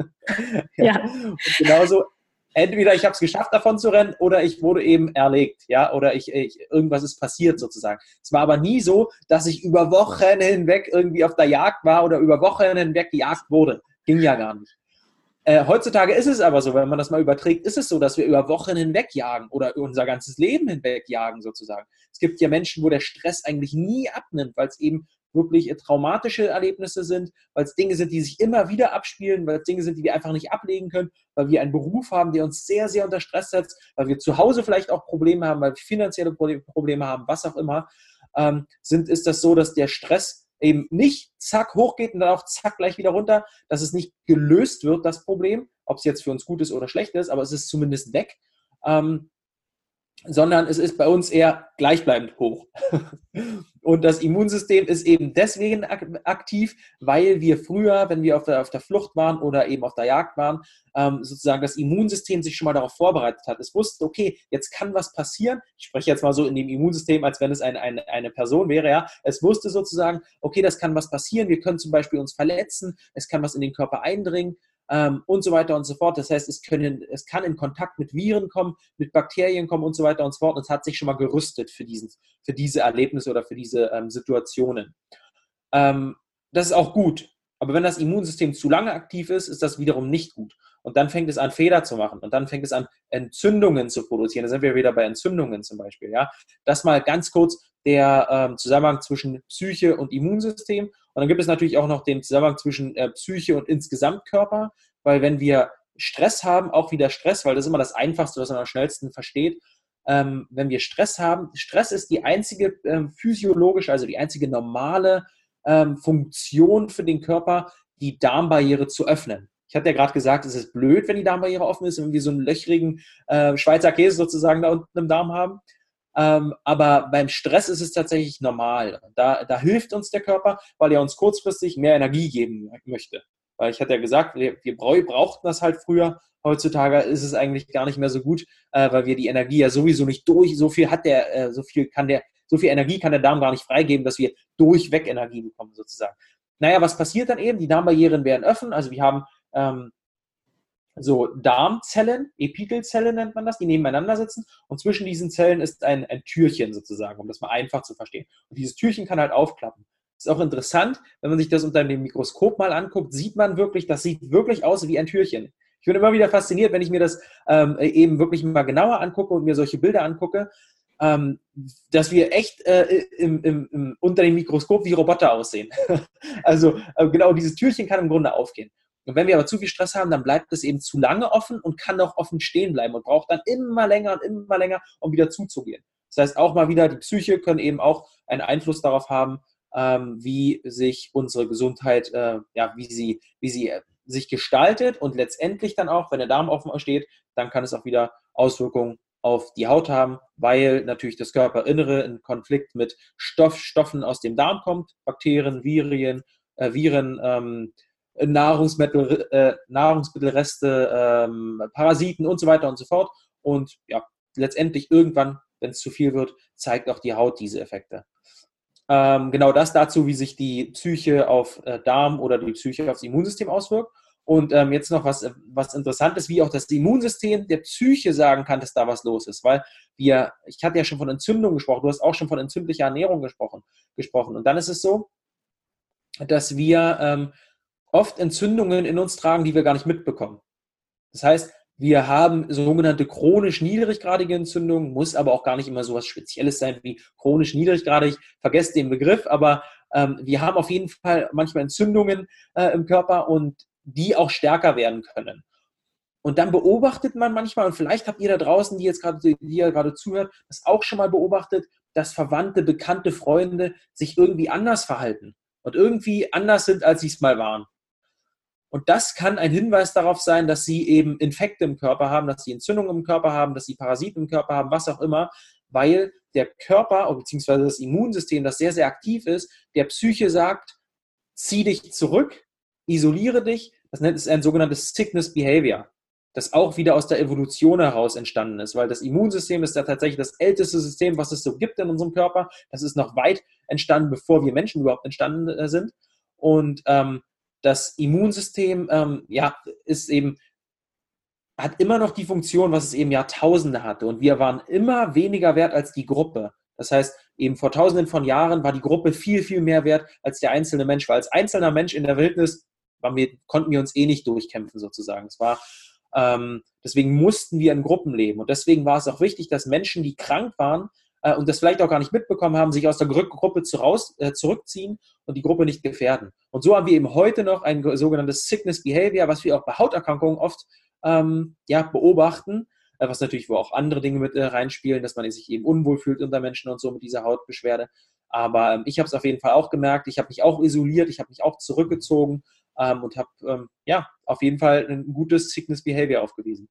Ja. Ja. Und genauso, entweder ich habe es geschafft, davon zu rennen, oder ich wurde eben erlegt, ja, oder ich, ich, irgendwas ist passiert sozusagen. Es war aber nie so, dass ich über Wochen hinweg irgendwie auf der Jagd war oder über Wochen hinweg gejagt wurde. Ging ja gar nicht. Äh, heutzutage ist es aber so, wenn man das mal überträgt, ist es so, dass wir über Wochen hinweg jagen oder unser ganzes Leben hinweg jagen sozusagen. Es gibt ja Menschen, wo der Stress eigentlich nie abnimmt, weil es eben wirklich traumatische Erlebnisse sind, weil es Dinge sind, die sich immer wieder abspielen, weil es Dinge sind, die wir einfach nicht ablegen können, weil wir einen Beruf haben, der uns sehr, sehr unter Stress setzt, weil wir zu Hause vielleicht auch Probleme haben, weil wir finanzielle Probleme haben, was auch immer, ähm, sind, ist das so, dass der Stress eben nicht zack hochgeht und dann auch zack gleich wieder runter, dass es nicht gelöst wird, das Problem, ob es jetzt für uns gut ist oder schlecht ist, aber es ist zumindest weg. Ähm, sondern es ist bei uns eher gleichbleibend hoch. Und das Immunsystem ist eben deswegen aktiv, weil wir früher, wenn wir auf der, auf der Flucht waren oder eben auf der Jagd waren, ähm, sozusagen das Immunsystem sich schon mal darauf vorbereitet hat. Es wusste, okay, jetzt kann was passieren. Ich spreche jetzt mal so in dem Immunsystem, als wenn es eine, eine, eine Person wäre. Ja. Es wusste sozusagen, okay, das kann was passieren. Wir können zum Beispiel uns verletzen. Es kann was in den Körper eindringen. Ähm, und so weiter und so fort. Das heißt, es, können, es kann in Kontakt mit Viren kommen, mit Bakterien kommen und so weiter und so fort. Und es hat sich schon mal gerüstet für, diesen, für diese Erlebnisse oder für diese ähm, Situationen. Ähm, das ist auch gut. Aber wenn das Immunsystem zu lange aktiv ist, ist das wiederum nicht gut. Und dann fängt es an, Fehler zu machen. Und dann fängt es an, Entzündungen zu produzieren. Da sind wir wieder bei Entzündungen zum Beispiel. Ja? Das mal ganz kurz der ähm, Zusammenhang zwischen Psyche und Immunsystem. Und dann gibt es natürlich auch noch den Zusammenhang zwischen äh, Psyche und insgesamt Körper. Weil wenn wir Stress haben, auch wieder Stress, weil das ist immer das Einfachste, was man am schnellsten versteht, ähm, wenn wir Stress haben, Stress ist die einzige ähm, physiologische, also die einzige normale ähm, Funktion für den Körper, die Darmbarriere zu öffnen. Ich hatte ja gerade gesagt, es ist blöd, wenn die Darmbarriere offen ist, wenn wir so einen löchrigen äh, Schweizer Käse sozusagen da unten im Darm haben. Ähm, aber beim Stress ist es tatsächlich normal. Da, da hilft uns der Körper, weil er uns kurzfristig mehr Energie geben möchte. Weil ich hatte ja gesagt, wir, wir brauchten das halt früher. Heutzutage ist es eigentlich gar nicht mehr so gut, äh, weil wir die Energie ja sowieso nicht durch, so viel hat der, äh, so viel kann der, so viel Energie kann der Darm gar nicht freigeben, dass wir durchweg Energie bekommen sozusagen. Naja, was passiert dann eben? Die Darmbarrieren werden öffnen, also wir haben ähm, so Darmzellen, Epithelzellen nennt man das, die nebeneinander sitzen und zwischen diesen Zellen ist ein, ein Türchen sozusagen, um das mal einfach zu verstehen. Und dieses Türchen kann halt aufklappen. Das ist auch interessant, wenn man sich das unter dem Mikroskop mal anguckt, sieht man wirklich, das sieht wirklich aus wie ein Türchen. Ich bin immer wieder fasziniert, wenn ich mir das ähm, eben wirklich mal genauer angucke und mir solche Bilder angucke, ähm, dass wir echt äh, im, im, im, unter dem Mikroskop wie Roboter aussehen. Also äh, genau dieses Türchen kann im Grunde aufgehen. Und wenn wir aber zu viel Stress haben, dann bleibt es eben zu lange offen und kann auch offen stehen bleiben und braucht dann immer länger und immer länger, um wieder zuzugehen. Das heißt auch mal wieder, die Psyche können eben auch einen Einfluss darauf haben, ähm, wie sich unsere Gesundheit, äh, ja, wie sie, wie sie äh, sich gestaltet und letztendlich dann auch, wenn der Darm offen steht, dann kann es auch wieder Auswirkungen auf die Haut haben, weil natürlich das Körperinnere in Konflikt mit Stoff, Stoffen aus dem Darm kommt, Bakterien, Viren, äh, Viren, ähm, Nahrungsmittel, äh, Nahrungsmittelreste, ähm, Parasiten und so weiter und so fort. Und ja, letztendlich irgendwann, wenn es zu viel wird, zeigt auch die Haut diese Effekte. Ähm, genau das dazu, wie sich die Psyche auf äh, Darm oder die Psyche aufs Immunsystem auswirkt. Und ähm, jetzt noch was, was Interessantes, wie auch das Immunsystem der Psyche sagen kann, dass da was los ist. Weil wir, ich hatte ja schon von Entzündung gesprochen, du hast auch schon von entzündlicher Ernährung gesprochen. gesprochen. Und dann ist es so, dass wir ähm, oft Entzündungen in uns tragen, die wir gar nicht mitbekommen. Das heißt, wir haben sogenannte chronisch niedriggradige Entzündungen, muss aber auch gar nicht immer so was Spezielles sein wie chronisch niedriggradig. Vergesst den Begriff, aber ähm, wir haben auf jeden Fall manchmal Entzündungen äh, im Körper und die auch stärker werden können. Und dann beobachtet man manchmal, und vielleicht habt ihr da draußen, die jetzt gerade, die ihr gerade zuhört, das auch schon mal beobachtet, dass Verwandte, Bekannte, Freunde sich irgendwie anders verhalten und irgendwie anders sind, als sie es mal waren. Und das kann ein Hinweis darauf sein, dass sie eben Infekte im Körper haben, dass sie Entzündungen im Körper haben, dass sie Parasiten im Körper haben, was auch immer, weil der Körper bzw. das Immunsystem, das sehr, sehr aktiv ist, der Psyche sagt, zieh dich zurück, isoliere dich. Das nennt es ein sogenanntes Sickness Behavior, das auch wieder aus der Evolution heraus entstanden ist, weil das Immunsystem ist ja tatsächlich das älteste System, was es so gibt in unserem Körper. Das ist noch weit entstanden, bevor wir Menschen überhaupt entstanden äh, sind. Und ähm, das Immunsystem ähm, ja, ist eben, hat immer noch die Funktion, was es eben Jahrtausende hatte. Und wir waren immer weniger wert als die Gruppe. Das heißt, eben vor Tausenden von Jahren war die Gruppe viel, viel mehr wert als der einzelne Mensch. Weil als einzelner Mensch in der Wildnis waren wir, konnten wir uns eh nicht durchkämpfen sozusagen. Es war, ähm, deswegen mussten wir in Gruppen leben. Und deswegen war es auch wichtig, dass Menschen, die krank waren äh, und das vielleicht auch gar nicht mitbekommen haben, sich aus der Gruppe zu raus, äh, zurückziehen und die Gruppe nicht gefährden. Und so haben wir eben heute noch ein sogenanntes Sickness Behavior, was wir auch bei Hauterkrankungen oft ähm, ja, beobachten, äh, was natürlich wo auch andere Dinge mit äh, reinspielen, dass man sich eben unwohl fühlt unter Menschen und so mit dieser Hautbeschwerde. Aber ähm, ich habe es auf jeden Fall auch gemerkt. Ich habe mich auch isoliert, ich habe mich auch zurückgezogen ähm, und habe ähm, ja auf jeden Fall ein gutes Sickness Behavior aufgewiesen.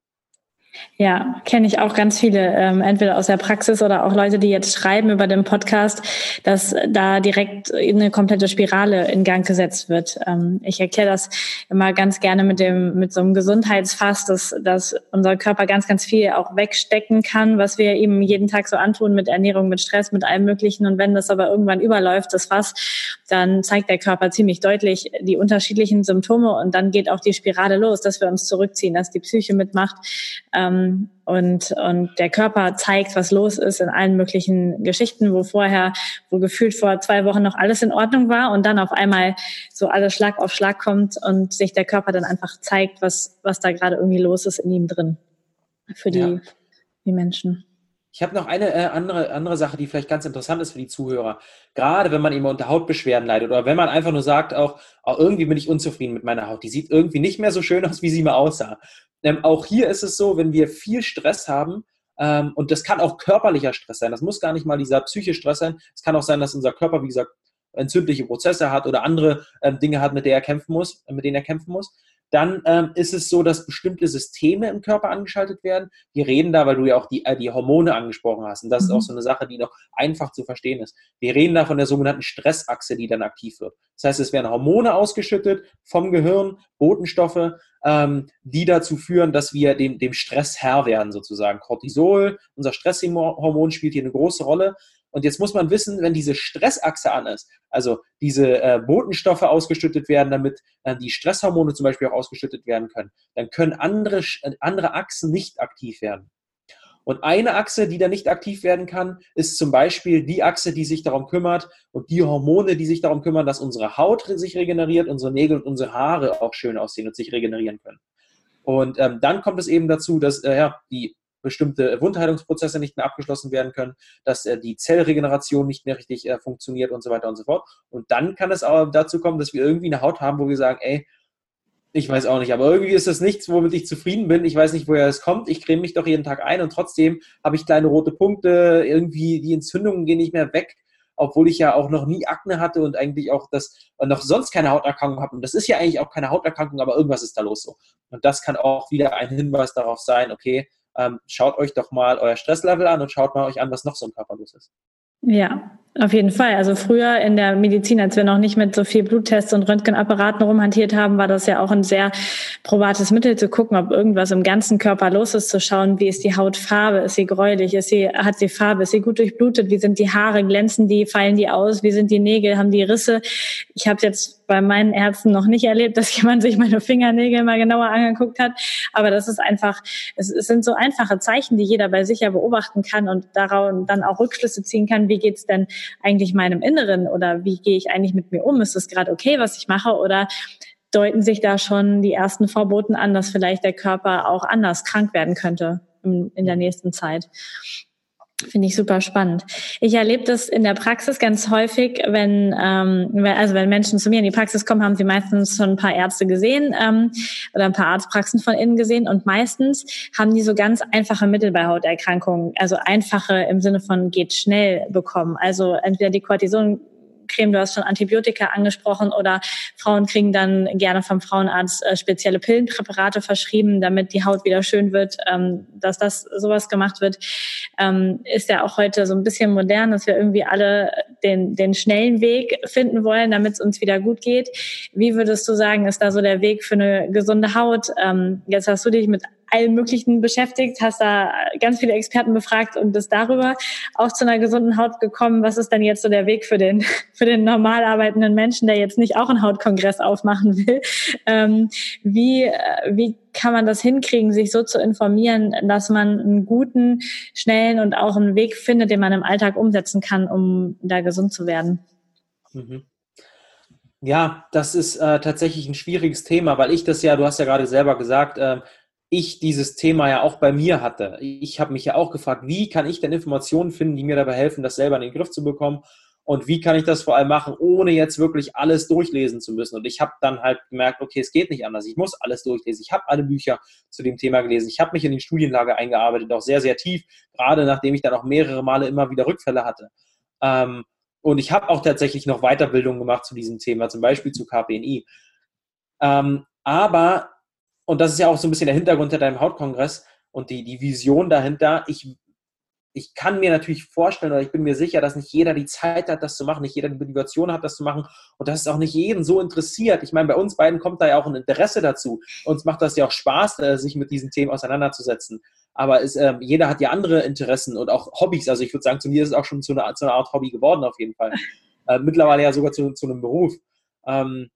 Ja, kenne ich auch ganz viele, ähm, entweder aus der Praxis oder auch Leute, die jetzt schreiben über den Podcast, dass da direkt eine komplette Spirale in Gang gesetzt wird. Ähm, ich erkläre das immer ganz gerne mit dem mit so einem Gesundheitsfass, dass, dass unser Körper ganz, ganz viel auch wegstecken kann, was wir ihm jeden Tag so antun mit Ernährung, mit Stress, mit allem Möglichen. Und wenn das aber irgendwann überläuft, das Fass, dann zeigt der Körper ziemlich deutlich die unterschiedlichen Symptome und dann geht auch die Spirale los, dass wir uns zurückziehen, dass die Psyche mitmacht. Ähm, und, und der Körper zeigt, was los ist in allen möglichen Geschichten, wo vorher, wo gefühlt vor zwei Wochen noch alles in Ordnung war und dann auf einmal so alles Schlag auf Schlag kommt und sich der Körper dann einfach zeigt, was, was da gerade irgendwie los ist in ihm drin für die, ja. die Menschen. Ich habe noch eine äh, andere, andere Sache, die vielleicht ganz interessant ist für die Zuhörer. Gerade wenn man eben unter Hautbeschwerden leidet oder wenn man einfach nur sagt, auch, auch irgendwie bin ich unzufrieden mit meiner Haut. Die sieht irgendwie nicht mehr so schön aus, wie sie mal aussah. Ähm, auch hier ist es so, wenn wir viel Stress haben, ähm, und das kann auch körperlicher Stress sein, das muss gar nicht mal dieser psychische Stress sein, es kann auch sein, dass unser Körper, wie gesagt, entzündliche Prozesse hat oder andere ähm, Dinge hat, mit der er kämpfen muss, mit denen er kämpfen muss. Dann ähm, ist es so, dass bestimmte Systeme im Körper angeschaltet werden. Wir reden da, weil du ja auch die, äh, die Hormone angesprochen hast. Und das mhm. ist auch so eine Sache, die noch einfach zu verstehen ist. Wir reden da von der sogenannten Stressachse, die dann aktiv wird. Das heißt, es werden Hormone ausgeschüttet vom Gehirn, Botenstoffe, ähm, die dazu führen, dass wir dem, dem Stress Herr werden sozusagen. Cortisol, unser Stresshormon, spielt hier eine große Rolle. Und jetzt muss man wissen, wenn diese Stressachse an ist, also diese äh, Botenstoffe ausgeschüttet werden, damit äh, die Stresshormone zum Beispiel auch ausgeschüttet werden können, dann können andere, andere Achsen nicht aktiv werden. Und eine Achse, die da nicht aktiv werden kann, ist zum Beispiel die Achse, die sich darum kümmert und die Hormone, die sich darum kümmern, dass unsere Haut sich regeneriert, unsere Nägel und unsere Haare auch schön aussehen und sich regenerieren können. Und ähm, dann kommt es eben dazu, dass äh, ja, die bestimmte Wundheilungsprozesse nicht mehr abgeschlossen werden können, dass äh, die Zellregeneration nicht mehr richtig äh, funktioniert und so weiter und so fort. Und dann kann es auch dazu kommen, dass wir irgendwie eine Haut haben, wo wir sagen, ey, ich weiß auch nicht, aber irgendwie ist das nichts, womit ich zufrieden bin. Ich weiß nicht, woher es kommt. Ich creme mich doch jeden Tag ein und trotzdem habe ich kleine rote Punkte. Irgendwie die Entzündungen gehen nicht mehr weg, obwohl ich ja auch noch nie Akne hatte und eigentlich auch das noch sonst keine Hauterkrankung habe. Und das ist ja eigentlich auch keine Hauterkrankung, aber irgendwas ist da los so. Und das kann auch wieder ein Hinweis darauf sein, okay, ähm, schaut euch doch mal euer Stresslevel an und schaut mal euch an, was noch so im Körper los ist. Ja, auf jeden Fall. Also früher in der Medizin, als wir noch nicht mit so viel Bluttests und Röntgenapparaten rumhantiert haben, war das ja auch ein sehr probates Mittel zu gucken, ob irgendwas im ganzen Körper los ist, zu schauen, wie ist die Hautfarbe, ist sie gräulich, ist sie, hat sie Farbe, ist sie gut durchblutet, wie sind die Haare, glänzen die, fallen die aus, wie sind die Nägel, haben die Risse. Ich habe jetzt bei meinen Ärzten noch nicht erlebt, dass jemand sich meine Fingernägel mal genauer angeguckt hat, aber das ist einfach, es, es sind so einfache Zeichen, die jeder bei sich ja beobachten kann und darauf dann auch Rückschlüsse ziehen kann, wie geht's denn eigentlich meinem Inneren oder wie gehe ich eigentlich mit mir um? Ist es gerade okay, was ich mache oder deuten sich da schon die ersten Vorboten an, dass vielleicht der Körper auch anders krank werden könnte in, in der nächsten Zeit? Finde ich super spannend. Ich erlebe das in der Praxis ganz häufig, wenn ähm, also wenn Menschen zu mir in die Praxis kommen, haben sie meistens schon ein paar Ärzte gesehen ähm, oder ein paar Arztpraxen von innen gesehen und meistens haben die so ganz einfache Mittel bei Hauterkrankungen, also einfache im Sinne von geht schnell bekommen. Also entweder die Cortison Creme, du hast schon Antibiotika angesprochen oder Frauen kriegen dann gerne vom Frauenarzt äh, spezielle Pillenpräparate verschrieben, damit die Haut wieder schön wird, ähm, dass das sowas gemacht wird, ähm, ist ja auch heute so ein bisschen modern, dass wir irgendwie alle den, den schnellen Weg finden wollen, damit es uns wieder gut geht. Wie würdest du sagen, ist da so der Weg für eine gesunde Haut? Ähm, jetzt hast du dich mit allem Möglichen beschäftigt, hast da ganz viele Experten befragt und bist darüber auch zu einer gesunden Haut gekommen. Was ist denn jetzt so der Weg für den, für den normal arbeitenden Menschen, der jetzt nicht auch einen Hautkongress aufmachen will? Ähm, wie, wie kann man das hinkriegen, sich so zu informieren, dass man einen guten, schnellen und auch einen Weg findet, den man im Alltag umsetzen kann, um da gesund zu werden? Mhm. Ja, das ist äh, tatsächlich ein schwieriges Thema, weil ich das ja, du hast ja gerade selber gesagt, äh, ich dieses Thema ja auch bei mir hatte. Ich habe mich ja auch gefragt, wie kann ich denn Informationen finden, die mir dabei helfen, das selber in den Griff zu bekommen, und wie kann ich das vor allem machen, ohne jetzt wirklich alles durchlesen zu müssen. Und ich habe dann halt gemerkt, okay, es geht nicht anders. Ich muss alles durchlesen. Ich habe alle Bücher zu dem Thema gelesen. Ich habe mich in die Studienlage eingearbeitet, auch sehr, sehr tief, gerade nachdem ich dann auch mehrere Male immer wieder Rückfälle hatte. Ähm, und ich habe auch tatsächlich noch Weiterbildung gemacht zu diesem Thema, zum Beispiel zu K P N I. Ähm, aber, und das ist ja auch so ein bisschen der Hintergrund hinter deinem Hautkongress und die, die Vision dahinter, ich ich kann mir natürlich vorstellen, oder ich bin mir sicher, dass nicht jeder die Zeit hat, das zu machen, nicht jeder die Motivation hat, das zu machen, und dass es auch nicht jeden so interessiert. Ich meine, bei uns beiden kommt da ja auch ein Interesse dazu. Uns macht das ja auch Spaß, sich mit diesen Themen auseinanderzusetzen. Aber es, äh, jeder hat ja andere Interessen und auch Hobbys. Also ich würde sagen, zu mir ist es auch schon zu einer, zu einer Art Hobby geworden auf jeden Fall. Äh, mittlerweile ja sogar zu, zu einem Beruf. Ähm,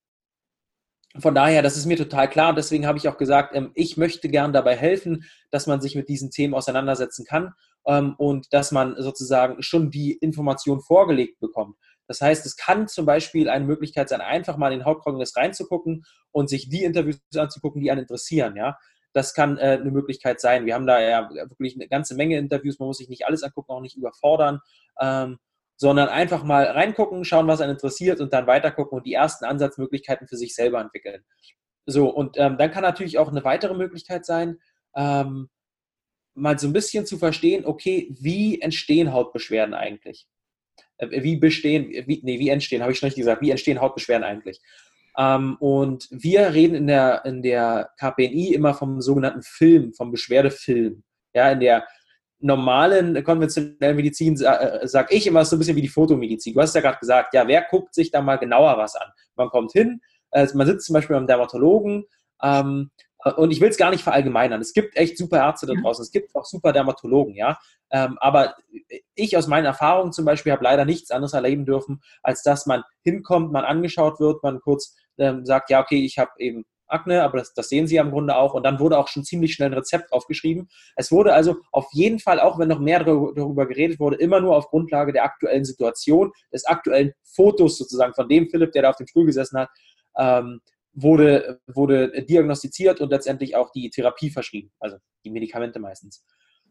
Von daher, das ist mir total klar, und deswegen habe ich auch gesagt, ähm, ich möchte gern dabei helfen, dass man sich mit diesen Themen auseinandersetzen kann, ähm, und dass man sozusagen schon die Information vorgelegt bekommt. Das heißt, es kann zum Beispiel eine Möglichkeit sein, einfach mal in den Hautkongress reinzugucken und sich die Interviews anzugucken, die einen interessieren. Ja, das kann äh, eine Möglichkeit sein. Wir haben da ja wirklich eine ganze Menge Interviews, man muss sich nicht alles angucken, auch nicht überfordern. Ähm, sondern einfach mal reingucken, schauen, was einen interessiert, und dann weitergucken und die ersten Ansatzmöglichkeiten für sich selber entwickeln. So, und ähm, dann kann natürlich auch eine weitere Möglichkeit sein, ähm, mal so ein bisschen zu verstehen, okay, wie entstehen Hautbeschwerden eigentlich? Äh, wie bestehen, wie, nee, wie entstehen, habe ich schon richtig gesagt, wie entstehen Hautbeschwerden eigentlich? Ähm, und wir reden in der, in der K P N I immer vom sogenannten Film, vom Beschwerdefilm. Ja, in der normalen konventionellen Medizin, äh, sage ich immer, so ein bisschen wie die Fotomedizin. Du hast ja gerade gesagt, ja, wer guckt sich da mal genauer was an? Man kommt hin, äh, man sitzt zum Beispiel beim Dermatologen, ähm, und ich will es gar nicht verallgemeinern. Es gibt echt super Ärzte da draußen, es gibt auch super Dermatologen, ja. Ähm, aber ich aus meinen Erfahrungen zum Beispiel habe leider nichts anderes erleben dürfen, als dass man hinkommt, man angeschaut wird, man kurz ähm, sagt, ja, okay, ich habe eben Akne, aber das, das sehen Sie ja im Grunde auch. Und dann wurde auch schon ziemlich schnell ein Rezept aufgeschrieben. Es wurde also auf jeden Fall, auch wenn noch mehr darüber geredet wurde, immer nur auf Grundlage der aktuellen Situation, des aktuellen Fotos sozusagen von dem Philipp, der da auf dem Stuhl gesessen hat, ähm, wurde, wurde diagnostiziert und letztendlich auch die Therapie verschrieben, also die Medikamente meistens.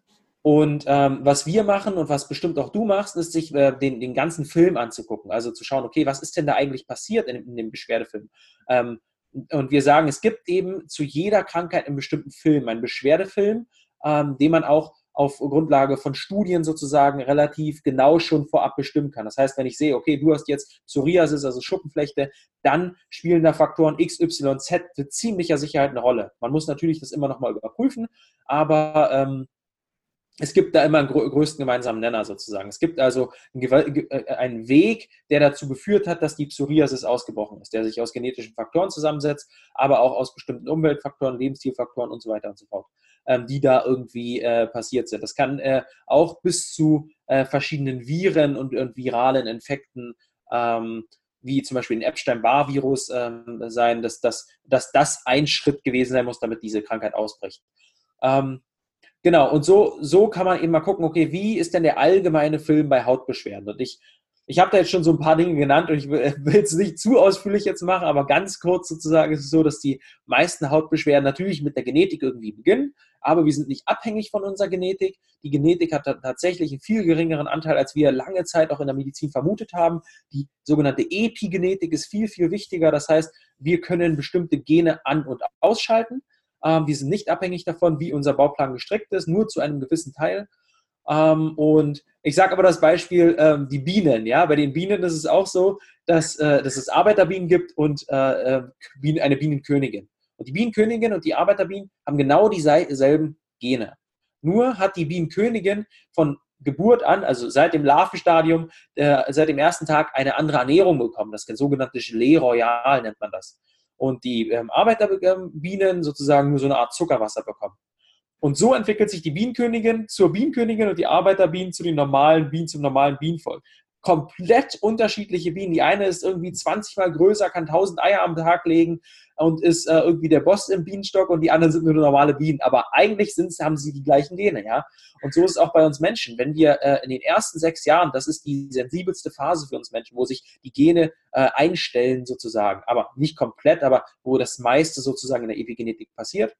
Und ähm, was wir machen und was bestimmt auch du machst, ist, sich äh, den, den ganzen Film anzugucken. Also zu schauen, okay, was ist denn da eigentlich passiert in, in dem Beschwerdefilm? Ähm, und wir sagen, es gibt eben zu jeder Krankheit einen bestimmten Film, einen Beschwerdefilm, ähm, den man auch auf Grundlage von Studien sozusagen relativ genau schon vorab bestimmen kann. Das heißt, wenn ich sehe, okay, du hast jetzt Psoriasis, also Schuppenflechte, dann spielen da Faktoren X, Y, Z mit ziemlicher Sicherheit eine Rolle. Man muss natürlich das immer nochmal überprüfen, aber ähm, es gibt da immer einen größten gemeinsamen Nenner sozusagen. Es gibt also einen Weg, der dazu geführt hat, dass die Psoriasis ausgebrochen ist, der sich aus genetischen Faktoren zusammensetzt, aber auch aus bestimmten Umweltfaktoren, Lebensstilfaktoren und so weiter und so fort, die da irgendwie äh, passiert sind. Das kann äh, auch bis zu äh, verschiedenen Viren und, und viralen Infekten, ähm, wie zum Beispiel ein Epstein-Barr-Virus ähm, sein, dass, dass, dass das ein Schritt gewesen sein muss, damit diese Krankheit ausbricht. Ähm, Genau, und so, so kann man eben mal gucken, okay, wie ist denn der allgemeine Film bei Hautbeschwerden? Und ich, ich habe da jetzt schon so ein paar Dinge genannt und ich will es nicht zu ausführlich jetzt machen, aber ganz kurz sozusagen ist es so, dass die meisten Hautbeschwerden natürlich mit der Genetik irgendwie beginnen, aber wir sind nicht abhängig von unserer Genetik. Die Genetik hat tatsächlich einen viel geringeren Anteil, als wir lange Zeit auch in der Medizin vermutet haben. Die sogenannte Epigenetik ist viel, viel wichtiger. Das heißt, wir können bestimmte Gene an- und ausschalten. Ähm, wir sind nicht abhängig davon, wie unser Bauplan gestrickt ist, nur zu einem gewissen Teil. Ähm, und ich sage aber das Beispiel, ähm, die Bienen. Ja? Bei den Bienen ist es auch so, dass, äh, dass es Arbeiterbienen gibt und äh, eine Bienenkönigin. Und die Bienenkönigin und die Arbeiterbienen haben genau dieselben Gene. Nur hat die Bienenkönigin von Geburt an, also seit dem Larvenstadium, äh, seit dem ersten Tag eine andere Ernährung bekommen. Das sogenannte Gelée Royal nennt man das. Und die ähm, Arbeiterbienen sozusagen nur so eine Art Zuckerwasser bekommen. Und so entwickelt sich die Bienenkönigin zur Bienenkönigin und die Arbeiterbienen zu den normalen Bienen, zum normalen Bienenvolk. Komplett unterschiedliche Bienen. Die eine ist irgendwie zwanzig Mal größer, kann tausend Eier am Tag legen und ist äh, irgendwie der Boss im Bienenstock und die anderen sind nur normale Bienen. Aber eigentlich sind, haben sie die gleichen Gene, ja. Und so ist es auch bei uns Menschen. Wenn wir äh, in den ersten sechs Jahren, das ist die sensibelste Phase für uns Menschen, wo sich die Gene äh, einstellen sozusagen, aber nicht komplett, aber wo das meiste sozusagen in der Epigenetik passiert.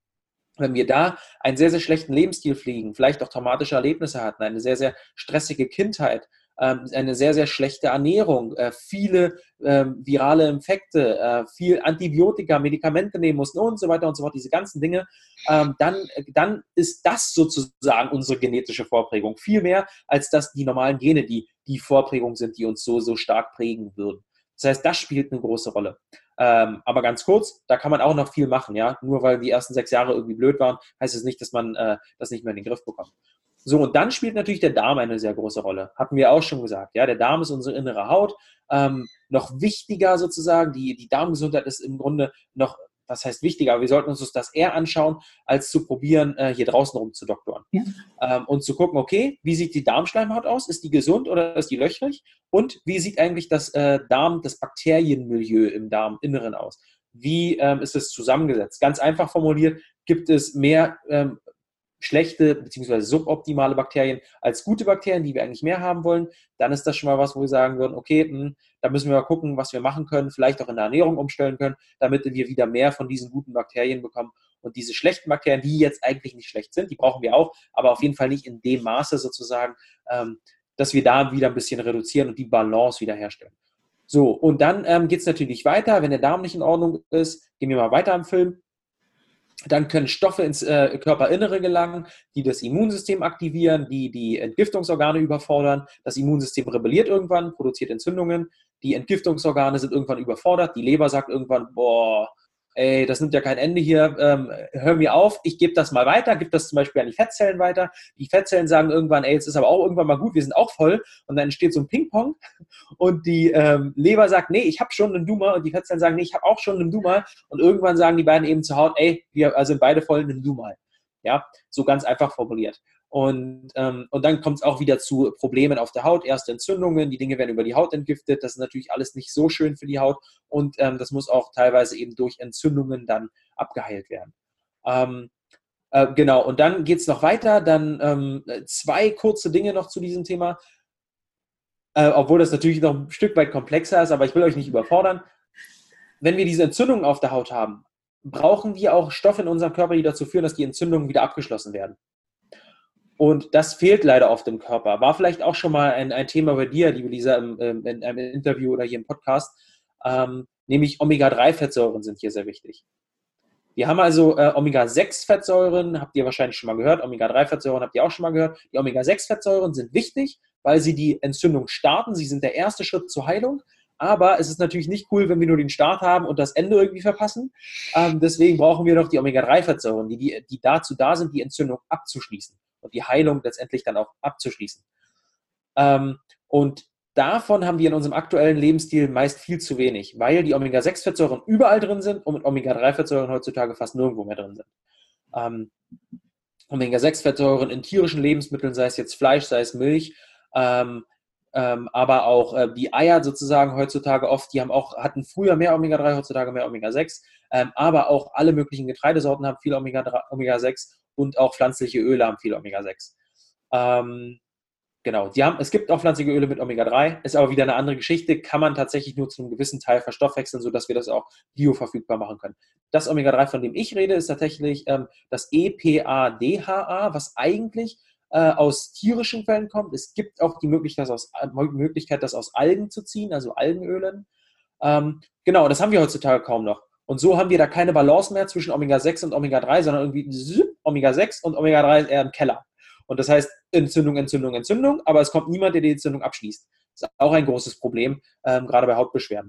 Wenn wir da einen sehr, sehr schlechten Lebensstil pflegen, vielleicht auch traumatische Erlebnisse hatten, eine sehr, sehr stressige Kindheit, ähm, eine sehr, sehr schlechte Ernährung, äh, viele ähm, virale Infekte, äh, viel Antibiotika, Medikamente nehmen mussten und so weiter und so fort, diese ganzen Dinge, ähm, dann, dann ist das sozusagen unsere genetische Vorprägung. Viel mehr, als dass die normalen Gene die, die Vorprägung sind, die uns so, so stark prägen würden. Das heißt, das spielt eine große Rolle. Ähm, aber ganz kurz, da kann man auch noch viel machen, ja. Nur weil die ersten sechs Jahre irgendwie blöd waren, heißt es nicht, dass man äh, das nicht mehr in den Griff bekommt. So, und dann spielt natürlich der Darm eine sehr große Rolle. Hatten wir auch schon gesagt, ja. Der Darm ist unsere innere Haut. Ähm, noch wichtiger sozusagen, die, die Darmgesundheit ist im Grunde noch, was heißt wichtiger, aber wir sollten uns das eher anschauen, als zu probieren, äh, hier draußen rumzudoktoren. Ja. Ähm, und zu gucken, okay, wie sieht die Darmschleimhaut aus? Ist die gesund oder ist die löchrig? Und wie sieht eigentlich das äh, Darm, das Bakterienmilieu im Darminneren aus? Wie ähm, ist es zusammengesetzt? Ganz einfach formuliert, gibt es mehr ähm, schlechte bzw. suboptimale Bakterien als gute Bakterien, die wir eigentlich mehr haben wollen, dann ist das schon mal was, wo wir sagen würden, okay, mh, da müssen wir mal gucken, was wir machen können, vielleicht auch in der Ernährung umstellen können, damit wir wieder mehr von diesen guten Bakterien bekommen. Und diese schlechten Bakterien, die jetzt eigentlich nicht schlecht sind, die brauchen wir auch, aber auf jeden Fall nicht in dem Maße sozusagen, ähm, dass wir da wieder ein bisschen reduzieren und die Balance wiederherstellen. So, und dann ähm, geht es natürlich weiter, wenn der Darm nicht in Ordnung ist, gehen wir mal weiter am Film. Dann können Stoffe ins äh, Körperinnere gelangen, die das Immunsystem aktivieren, die die Entgiftungsorgane überfordern. Das Immunsystem rebelliert irgendwann, produziert Entzündungen. Die Entgiftungsorgane sind irgendwann überfordert. Die Leber sagt irgendwann, boah, ey, das nimmt ja kein Ende hier, ähm, hör mir auf, ich gebe das mal weiter, gebe das zum Beispiel an die Fettzellen weiter. Die Fettzellen sagen irgendwann, ey, jetzt ist aber auch irgendwann mal gut, wir sind auch voll. Und dann entsteht so ein Ping-Pong und die ähm, Leber sagt, nee, ich habe schon einen Duma und die Fettzellen sagen, nee, ich habe auch schon einen Duma und irgendwann sagen die beiden eben zur Haut, ey, wir sind beide voll einen Duma. Ja, so ganz einfach formuliert. Und, ähm, und dann kommt es auch wieder zu Problemen auf der Haut, erste Entzündungen, die Dinge werden über die Haut entgiftet, das ist natürlich alles nicht so schön für die Haut und ähm, das muss auch teilweise eben durch Entzündungen dann abgeheilt werden. Ähm, äh, genau, und dann geht es noch weiter, dann ähm, zwei kurze Dinge noch zu diesem Thema, äh, obwohl das natürlich noch ein Stück weit komplexer ist, aber ich will euch nicht überfordern. Wenn wir diese Entzündungen auf der Haut haben, brauchen wir auch Stoffe in unserem Körper, die dazu führen, dass die Entzündungen wieder abgeschlossen werden. Und das fehlt leider oft im Körper. War vielleicht auch schon mal ein, ein Thema bei dir, liebe Lisa, im, in einem Interview oder hier im Podcast, ähm, nämlich Omega drei Fettsäuren sind hier sehr wichtig. Wir haben also äh, Omega sechs Fettsäuren, habt ihr wahrscheinlich schon mal gehört, Omega drei Fettsäuren habt ihr auch schon mal gehört. Die Omega sechs Fettsäuren sind wichtig, weil sie die Entzündung starten. Sie sind der erste Schritt zur Heilung. Aber es ist natürlich nicht cool, wenn wir nur den Start haben und das Ende irgendwie verpassen. Ähm, deswegen brauchen wir noch die Omega drei Fettsäuren, die, die, die dazu da sind, die Entzündung abzuschließen und die Heilung letztendlich dann auch abzuschließen. Ähm, und davon haben wir in unserem aktuellen Lebensstil meist viel zu wenig, weil die Omega sechs Fettsäuren überall drin sind und Omega drei Fettsäuren heutzutage fast nirgendwo mehr drin sind. Ähm, Omega sechs Fettsäuren in tierischen Lebensmitteln, sei es jetzt Fleisch, sei es Milch, ähm, Ähm, aber auch äh, die Eier sozusagen heutzutage oft, die haben auch, hatten früher mehr Omega drei, heutzutage mehr Omega sechs, ähm, aber auch alle möglichen Getreidesorten haben viel Omega sechs und auch pflanzliche Öle haben viel Omega sechs. Ähm, genau, die haben, es gibt auch pflanzliche Öle mit Omega drei, ist aber wieder eine andere Geschichte, kann man tatsächlich nur zu einem gewissen Teil verstoffwechseln, sodass wir das auch bioverfügbar machen können. Das Omega drei, von dem ich rede, ist tatsächlich ähm, das E P A D H A, was eigentlich aus tierischen Quellen kommt. Es gibt auch die Möglichkeit, aus, Möglichkeit, das aus Algen zu ziehen, also Algenölen. Ähm, genau, das haben wir heutzutage kaum noch. Und so haben wir da keine Balance mehr zwischen Omega sechs und Omega drei, sondern irgendwie Omega sechs und Omega drei ist eher im Keller. Und das heißt Entzündung, Entzündung, Entzündung, aber es kommt niemand, der die Entzündung abschließt. Das ist auch ein großes Problem, ähm, gerade bei Hautbeschwerden.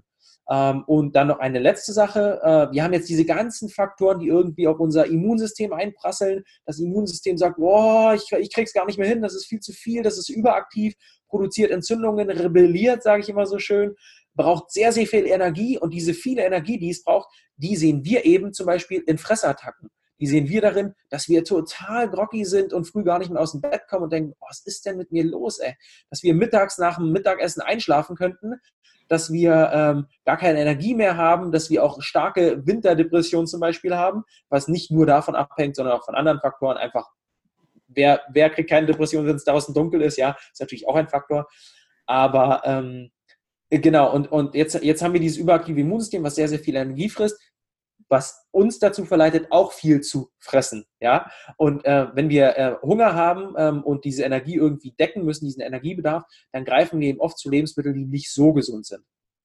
Ähm, und dann noch eine letzte Sache. Äh, wir haben jetzt diese ganzen Faktoren, die irgendwie auf unser Immunsystem einprasseln. Das Immunsystem sagt, boah, ich, ich krieg's gar nicht mehr hin, das ist viel zu viel, das ist überaktiv, produziert Entzündungen, rebelliert, sage ich immer so schön, braucht sehr, sehr viel Energie. Und diese viele Energie, die es braucht, die sehen wir eben zum Beispiel in Fressattacken. Die sehen wir darin, dass wir total groggy sind und früh gar nicht mehr aus dem Bett kommen und denken, oh, was ist denn mit mir los, ey? Dass wir mittags nach dem Mittagessen einschlafen könnten, dass wir ähm, gar keine Energie mehr haben, dass wir auch starke Winterdepressionen zum Beispiel haben, was nicht nur davon abhängt, sondern auch von anderen Faktoren. Einfach, wer, wer kriegt keine Depression, wenn es draußen dunkel ist? Ja, ist natürlich auch ein Faktor. Aber ähm, genau, und, und jetzt, jetzt haben wir dieses überaktive Immunsystem, was sehr, sehr viel Energie frisst, was uns dazu verleitet, auch viel zu fressen. Ja? Und äh, wenn wir äh, Hunger haben ähm, und diese Energie irgendwie decken müssen, diesen Energiebedarf, dann greifen wir eben oft zu Lebensmitteln, die nicht so gesund sind.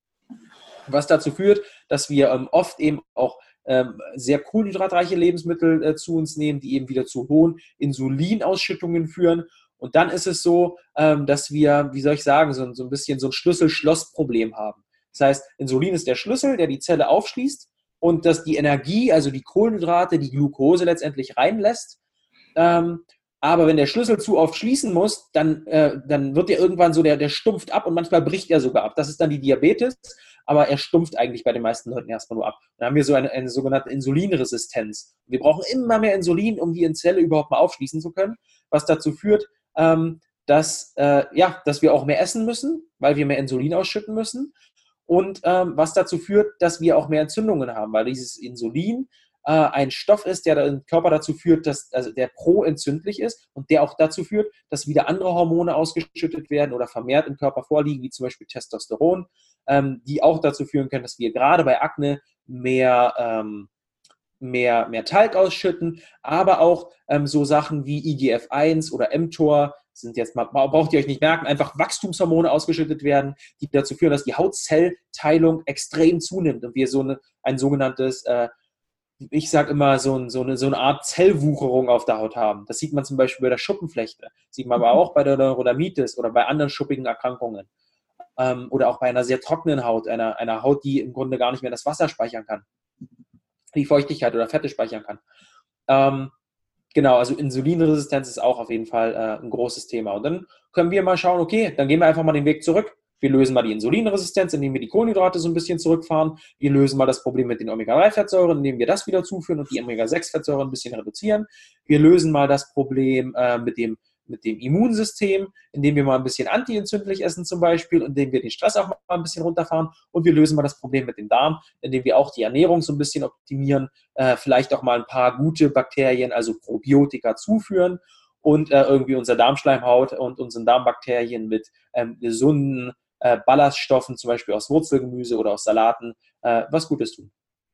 Was dazu führt, dass wir ähm, oft eben auch ähm, sehr kohlenhydratreiche Lebensmittel äh, zu uns nehmen, die eben wieder zu hohen Insulinausschüttungen führen. Und dann ist es so, ähm, dass wir, wie soll ich sagen, so, so ein bisschen so ein Schlüssel-Schloss-Problem haben. Das heißt, Insulin ist der Schlüssel, der die Zelle aufschließt, und dass die Energie, also die Kohlenhydrate, die Glucose letztendlich reinlässt. Ähm, aber wenn der Schlüssel zu oft schließen muss, dann, äh, dann wird der irgendwann so, der, der stumpft ab und manchmal bricht er sogar ab. Das ist dann die Diabetes, aber er stumpft eigentlich bei den meisten Leuten erstmal nur ab. Dann haben wir so eine, eine sogenannte Insulinresistenz. Wir brauchen immer mehr Insulin, um die Zelle überhaupt mal aufschließen zu können, was dazu führt, ähm, dass, äh, ja, dass wir auch mehr essen müssen, weil wir mehr Insulin ausschütten müssen. Und ähm, was dazu führt, dass wir auch mehr Entzündungen haben, weil dieses Insulin äh, ein Stoff ist, der im Körper dazu führt, dass also der proentzündlich ist und der auch dazu führt, dass wieder andere Hormone ausgeschüttet werden oder vermehrt im Körper vorliegen, wie zum Beispiel Testosteron, ähm, die auch dazu führen können, dass wir gerade bei Akne mehr, ähm, mehr, mehr Talg ausschütten, aber auch ähm, so Sachen wie I G F eins oder mTOR, sind jetzt mal, braucht ihr euch nicht merken, einfach Wachstumshormone ausgeschüttet werden, die dazu führen, dass die Hautzellteilung extrem zunimmt und wir so eine, ein sogenanntes, äh, ich sage immer, so, ein, so, eine, so eine Art Zellwucherung auf der Haut haben. Das sieht man zum Beispiel bei der Schuppenflechte, sieht man aber auch bei der Neurodermitis oder bei anderen schuppigen Erkrankungen ähm, oder auch bei einer sehr trockenen Haut, einer, einer Haut, die im Grunde gar nicht mehr das Wasser speichern kann, die Feuchtigkeit oder Fette speichern kann. Ähm, Genau, also Insulinresistenz ist auch auf jeden Fall äh, ein großes Thema. Und dann können wir mal schauen, okay, dann gehen wir einfach mal den Weg zurück. Wir lösen mal die Insulinresistenz, indem wir die Kohlenhydrate so ein bisschen zurückfahren. Wir lösen mal das Problem mit den Omega drei Fettsäuren, indem wir das wieder zuführen und die Omega sechs Fettsäuren ein bisschen reduzieren. Wir lösen mal das Problem äh, mit dem mit dem Immunsystem, indem wir mal ein bisschen antientzündlich essen zum Beispiel, indem wir den Stress auch mal ein bisschen runterfahren und wir lösen mal das Problem mit dem Darm, indem wir auch die Ernährung so ein bisschen optimieren, äh, vielleicht auch mal ein paar gute Bakterien, also Probiotika zuführen und äh, irgendwie unsere Darmschleimhaut und unseren Darmbakterien mit ähm, gesunden äh, Ballaststoffen, zum Beispiel aus Wurzelgemüse oder aus Salaten, äh, was Gutes tun.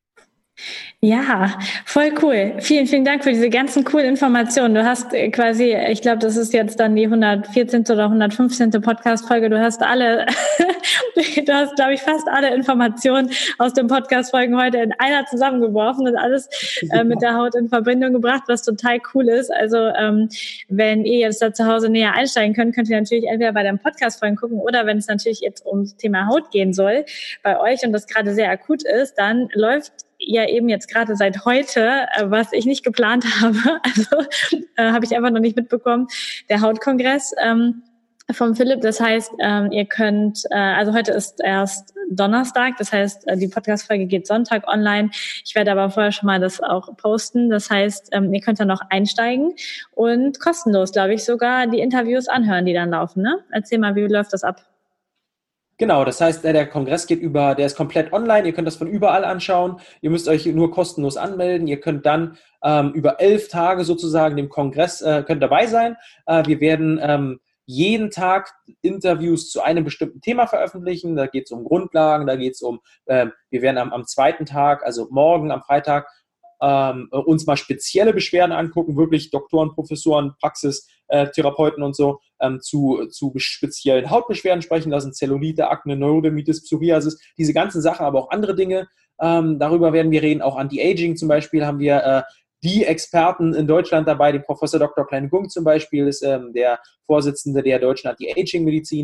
Ja, voll cool. Vielen, vielen Dank für diese ganzen coolen Informationen. Du hast quasi, ich glaube, das ist jetzt dann die hundertvierzehnte oder hundertfünfzehnte Podcast-Folge. Du hast alle, du hast, glaube ich, fast alle Informationen aus den Podcast-Folgen heute in einer zusammengeworfen und alles äh, mit der Haut in Verbindung gebracht, was total cool ist. Also, ähm, wenn ihr jetzt da zu Hause näher einsteigen könnt, könnt ihr natürlich entweder bei den Podcast-Folgen gucken oder wenn es natürlich jetzt ums Thema Haut gehen soll bei euch und das gerade sehr akut ist, dann läuft ja eben jetzt gerade seit heute, was ich nicht geplant habe, also äh, habe ich einfach noch nicht mitbekommen, der Hautkongress ähm, vom Philipp. Das heißt, ähm, ihr könnt, äh, also heute ist erst Donnerstag, das heißt, äh, die Podcast-Folge geht Sonntag online. Ich werde aber vorher schon mal das auch posten. Das heißt, ähm, ihr könnt dann noch einsteigen und kostenlos, glaube ich, sogar die Interviews anhören, die dann laufen. Ne? Erzähl mal, wie läuft das ab? Genau, das heißt, der Kongress geht über, der ist komplett online, ihr könnt das von überall anschauen, ihr müsst euch nur kostenlos anmelden, ihr könnt dann ähm, über elf Tage sozusagen dem Kongress äh, könnt dabei sein. Äh, wir werden ähm, jeden Tag Interviews zu einem bestimmten Thema veröffentlichen, da geht es um Grundlagen, da geht es um, äh, wir werden am, am zweiten Tag, also morgen am Freitag, ähm, uns mal spezielle Beschwerden angucken, wirklich Doktoren, Professoren, Praxistherapeuten äh, und so, ähm, zu, zu speziellen Hautbeschwerden sprechen lassen, Zellulite, Akne, Neurodermitis, Psoriasis, diese ganzen Sachen, aber auch andere Dinge. Ähm, darüber werden wir reden, auch Anti-Aging zum Beispiel haben wir äh, die Experten in Deutschland dabei, den Professor Doktor Klein-Gung zum Beispiel ist ähm, der Vorsitzende der deutschen Anti-Aging-Medizin.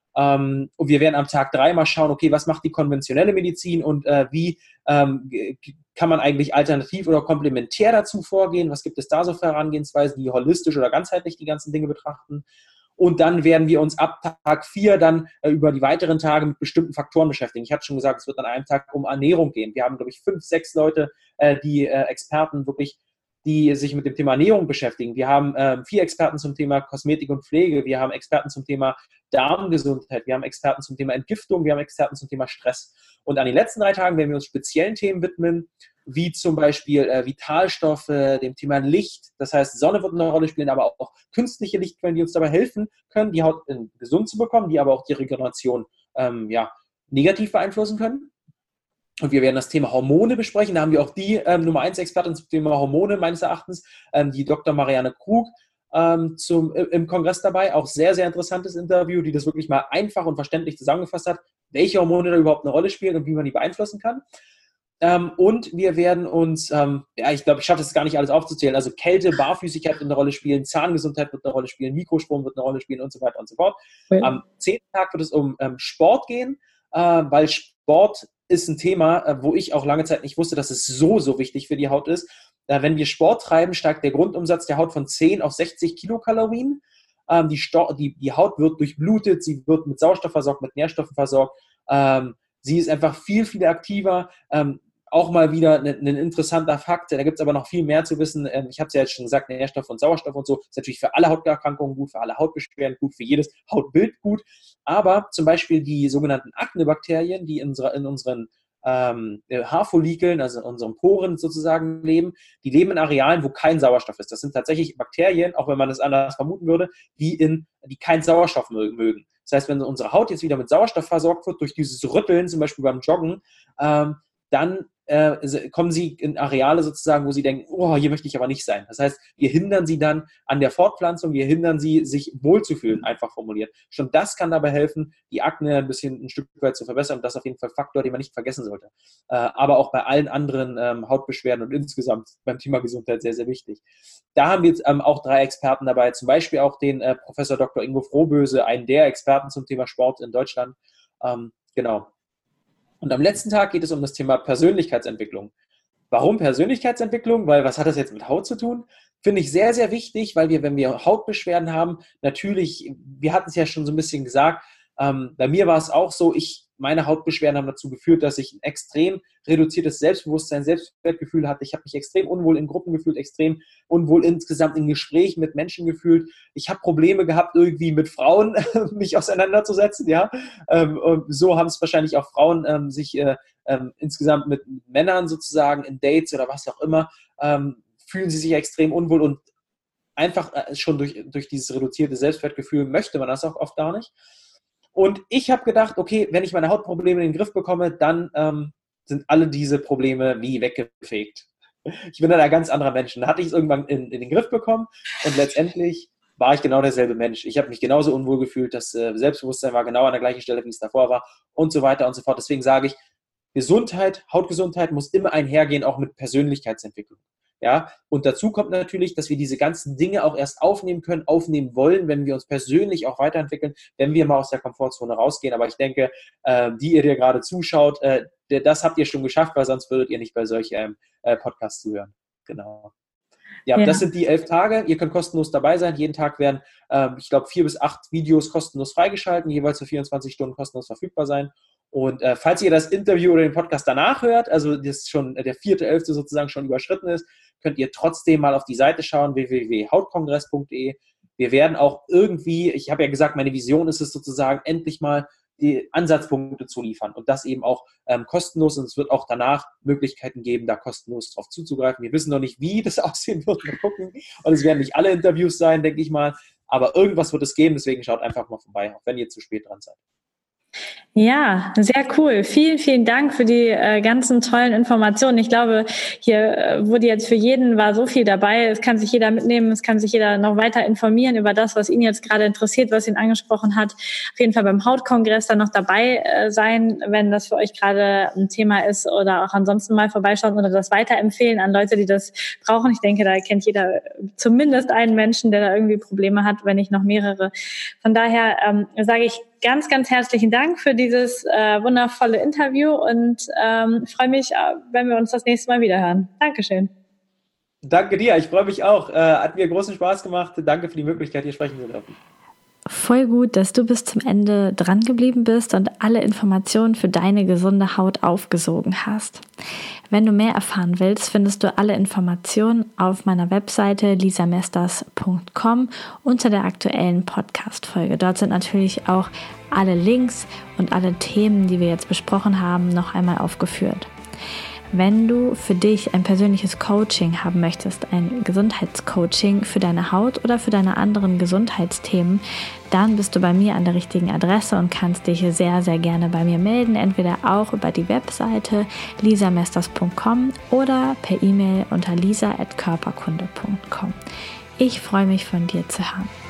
Ähm, und wir werden am Tag drei mal schauen, okay, was macht die konventionelle Medizin und äh, wie ähm, kann man eigentlich alternativ oder komplementär dazu vorgehen? Was gibt es da so für Herangehensweisen, die holistisch oder ganzheitlich die ganzen Dinge betrachten? Und dann werden wir uns ab Tag vier dann äh, über die weiteren Tage mit bestimmten Faktoren beschäftigen. Ich hatte schon gesagt, es wird an einem Tag um Ernährung gehen. Wir haben, glaube ich, fünf, sechs Leute, äh, die äh, Experten wirklich, die sich mit dem Thema Ernährung beschäftigen. Wir haben äh, vier Experten zum Thema Kosmetik und Pflege. Wir haben Experten zum Thema Darmgesundheit. Wir haben Experten zum Thema Entgiftung. Wir haben Experten zum Thema Stress. Und an den letzten drei Tagen werden wir uns speziellen Themen widmen, wie zum Beispiel äh, Vitalstoffe, dem Thema Licht. Das heißt, Sonne wird eine Rolle spielen, aber auch künstliche Lichtquellen, die uns dabei helfen können, die Haut äh, gesund zu bekommen, die aber auch die Regeneration ähm, ja, negativ beeinflussen können. Und wir werden das Thema Hormone besprechen. Da haben wir auch die ähm, Nummer eins Expertin zum Thema Hormone meines Erachtens, ähm, die Doktor Marianne Krug, ähm, zum, äh, im Kongress dabei. Auch sehr, sehr interessantes Interview, die das wirklich mal einfach und verständlich zusammengefasst hat, welche Hormone da überhaupt eine Rolle spielen und wie man die beeinflussen kann. Ähm, und wir werden uns, ähm, ja, ich glaube, ich schaffe es gar nicht alles aufzuzählen, also Kälte, Barfüßigkeit wird eine Rolle spielen, Zahngesundheit wird eine Rolle spielen, Mikrostrom wird eine Rolle spielen und so weiter und so fort. Okay. Am zehnten Tag wird es um ähm, Sport gehen, äh, weil Sport ist ein Thema, äh, wo ich auch lange Zeit nicht wusste, dass es so, so wichtig für die Haut ist. Äh, wenn wir Sport treiben, steigt der Grundumsatz der Haut von zehn auf sechzig Kilokalorien. Ähm, die, Sto- die, die Haut wird durchblutet, sie wird mit Sauerstoff versorgt, mit Nährstoffen versorgt. Ähm, sie ist einfach viel, viel aktiver. Ähm, auch mal wieder ein, ein interessanter Fakt. Da gibt es aber noch viel mehr zu wissen. Ähm, ich habe es ja jetzt schon gesagt, Nährstoff und Sauerstoff und so ist natürlich für alle Hauterkrankungen gut, für alle Hautbeschwerden gut, für jedes Hautbild gut. Aber zum Beispiel die sogenannten Aknebakterien, die in, in unseren ähm, Haarfollikeln, also in unseren Poren sozusagen leben, die leben in Arealen, wo kein Sauerstoff ist. Das sind tatsächlich Bakterien, auch wenn man es anders vermuten würde, die, in, die keinen Sauerstoff mögen. Das heißt, wenn unsere Haut jetzt wieder mit Sauerstoff versorgt wird, durch dieses Rütteln, zum Beispiel beim Joggen, ähm, dann äh, kommen sie in Areale sozusagen, wo sie denken, oh, hier möchte ich aber nicht sein. Das heißt, wir hindern sie dann an der Fortpflanzung, wir hindern sie, sich wohlzufühlen, einfach formuliert. Schon das kann dabei helfen, die Akne ein bisschen ein Stück weit zu verbessern und das ist auf jeden Fall ein Faktor, den man nicht vergessen sollte. Äh, aber auch bei allen anderen ähm, Hautbeschwerden und insgesamt beim Thema Gesundheit sehr, sehr wichtig. Da haben wir jetzt ähm, auch drei Experten dabei, zum Beispiel auch den äh, Professor Doktor Ingo Frohböse, einen der Experten zum Thema Sport in Deutschland. Ähm, genau. Und am letzten Tag geht es um das Thema Persönlichkeitsentwicklung. Warum Persönlichkeitsentwicklung? Weil was hat das jetzt mit Haut zu tun? Finde ich sehr, sehr wichtig, weil wir, wenn wir Hautbeschwerden haben, natürlich, wir hatten es ja schon so ein bisschen gesagt, ähm, bei mir war es auch so, ich, meine Hautbeschwerden haben dazu geführt, dass ich ein extrem reduziertes Selbstbewusstsein, Selbstwertgefühl hatte. Ich habe mich extrem unwohl in Gruppen gefühlt, extrem unwohl insgesamt in Gesprächen mit Menschen gefühlt. Ich habe Probleme gehabt, irgendwie mit Frauen mich auseinanderzusetzen. Ja, ähm, und so haben es wahrscheinlich auch Frauen ähm, sich äh, ähm, insgesamt mit Männern sozusagen in Dates oder was auch immer, ähm, fühlen sie sich extrem unwohl und einfach äh, schon durch, durch dieses reduzierte Selbstwertgefühl möchte man das auch oft gar nicht. Und ich habe gedacht, okay, wenn ich meine Hautprobleme in den Griff bekomme, dann ähm, sind alle diese Probleme wie weggefegt. Ich bin dann ein ganz anderer Mensch. Da hatte ich es irgendwann in, in den Griff bekommen und letztendlich war ich genau derselbe Mensch. Ich habe mich genauso unwohl gefühlt, das äh, Selbstbewusstsein war genau an der gleichen Stelle, wie es davor war und so weiter und so fort. Deswegen sage ich, Gesundheit, Hautgesundheit muss immer einhergehen, auch mit Persönlichkeitsentwicklung. Ja, und dazu kommt natürlich, dass wir diese ganzen Dinge auch erst aufnehmen können, aufnehmen wollen, wenn wir uns persönlich auch weiterentwickeln, wenn wir mal aus der Komfortzone rausgehen. Aber ich denke, äh, die ihr dir gerade zuschaut, äh, das habt ihr schon geschafft, weil sonst würdet ihr nicht bei solch einem äh, Podcast zuhören. Genau. Ja, ja, das sind die elf Tage. Ihr könnt kostenlos dabei sein. Jeden Tag werden, äh, ich glaube, vier bis acht Videos kostenlos freigeschalten, jeweils für vierundzwanzig Stunden kostenlos verfügbar sein. Und äh, falls ihr das Interview oder den Podcast danach hört, also das schon der vierte elfte sozusagen schon überschritten ist, könnt ihr trotzdem mal auf die Seite schauen, w w w punkt hautkongress punkt d e. Wir werden auch irgendwie, ich habe ja gesagt, meine Vision ist es sozusagen, endlich mal die Ansatzpunkte zu liefern und das eben auch ähm, kostenlos und es wird auch danach Möglichkeiten geben, da kostenlos drauf zuzugreifen. Wir wissen noch nicht, wie das aussehen wird, mal gucken und es werden nicht alle Interviews sein, denke ich mal, aber irgendwas wird es geben, deswegen schaut einfach mal vorbei, auch wenn ihr zu spät dran seid. Ja, sehr cool. Vielen, vielen Dank für die äh, ganzen tollen Informationen. Ich glaube, hier äh, wurde jetzt für jeden war so viel dabei. Es kann sich jeder mitnehmen, es kann sich jeder noch weiter informieren über das, was ihn jetzt gerade interessiert, was ihn angesprochen hat. Auf jeden Fall beim Hautkongress dann noch dabei äh, sein, wenn das für euch gerade ein Thema ist oder auch ansonsten mal vorbeischauen oder das weiterempfehlen an Leute, die das brauchen. Ich denke, da kennt jeder zumindest einen Menschen, der da irgendwie Probleme hat, wenn nicht noch mehrere. Von daher ähm, sage ich ganz, ganz herzlichen Dank für dieses äh, wundervolle Interview und ähm, freue mich, wenn wir uns das nächste Mal wieder hören. Dankeschön. Danke dir, ich freue mich auch. Äh, hat mir großen Spaß gemacht. Danke für die Möglichkeit, hier sprechen zu dürfen. Voll gut, dass du bis zum Ende dran geblieben bist und alle Informationen für deine gesunde Haut aufgesogen hast. Wenn du mehr erfahren willst, findest du alle Informationen auf meiner Webseite lisa mesters punkt com unter der aktuellen Podcast-Folge. Dort sind natürlich auch alle Links und alle Themen, die wir jetzt besprochen haben, noch einmal aufgeführt. Wenn du für dich ein persönliches Coaching haben möchtest, ein Gesundheitscoaching für deine Haut oder für deine anderen Gesundheitsthemen, dann bist du bei mir an der richtigen Adresse und kannst dich sehr, sehr gerne bei mir melden. Entweder auch über die Webseite lisa mesters punkt com oder per E-Mail unter lisa at körperkunde punkt com. Ich freue mich, von dir zu hören.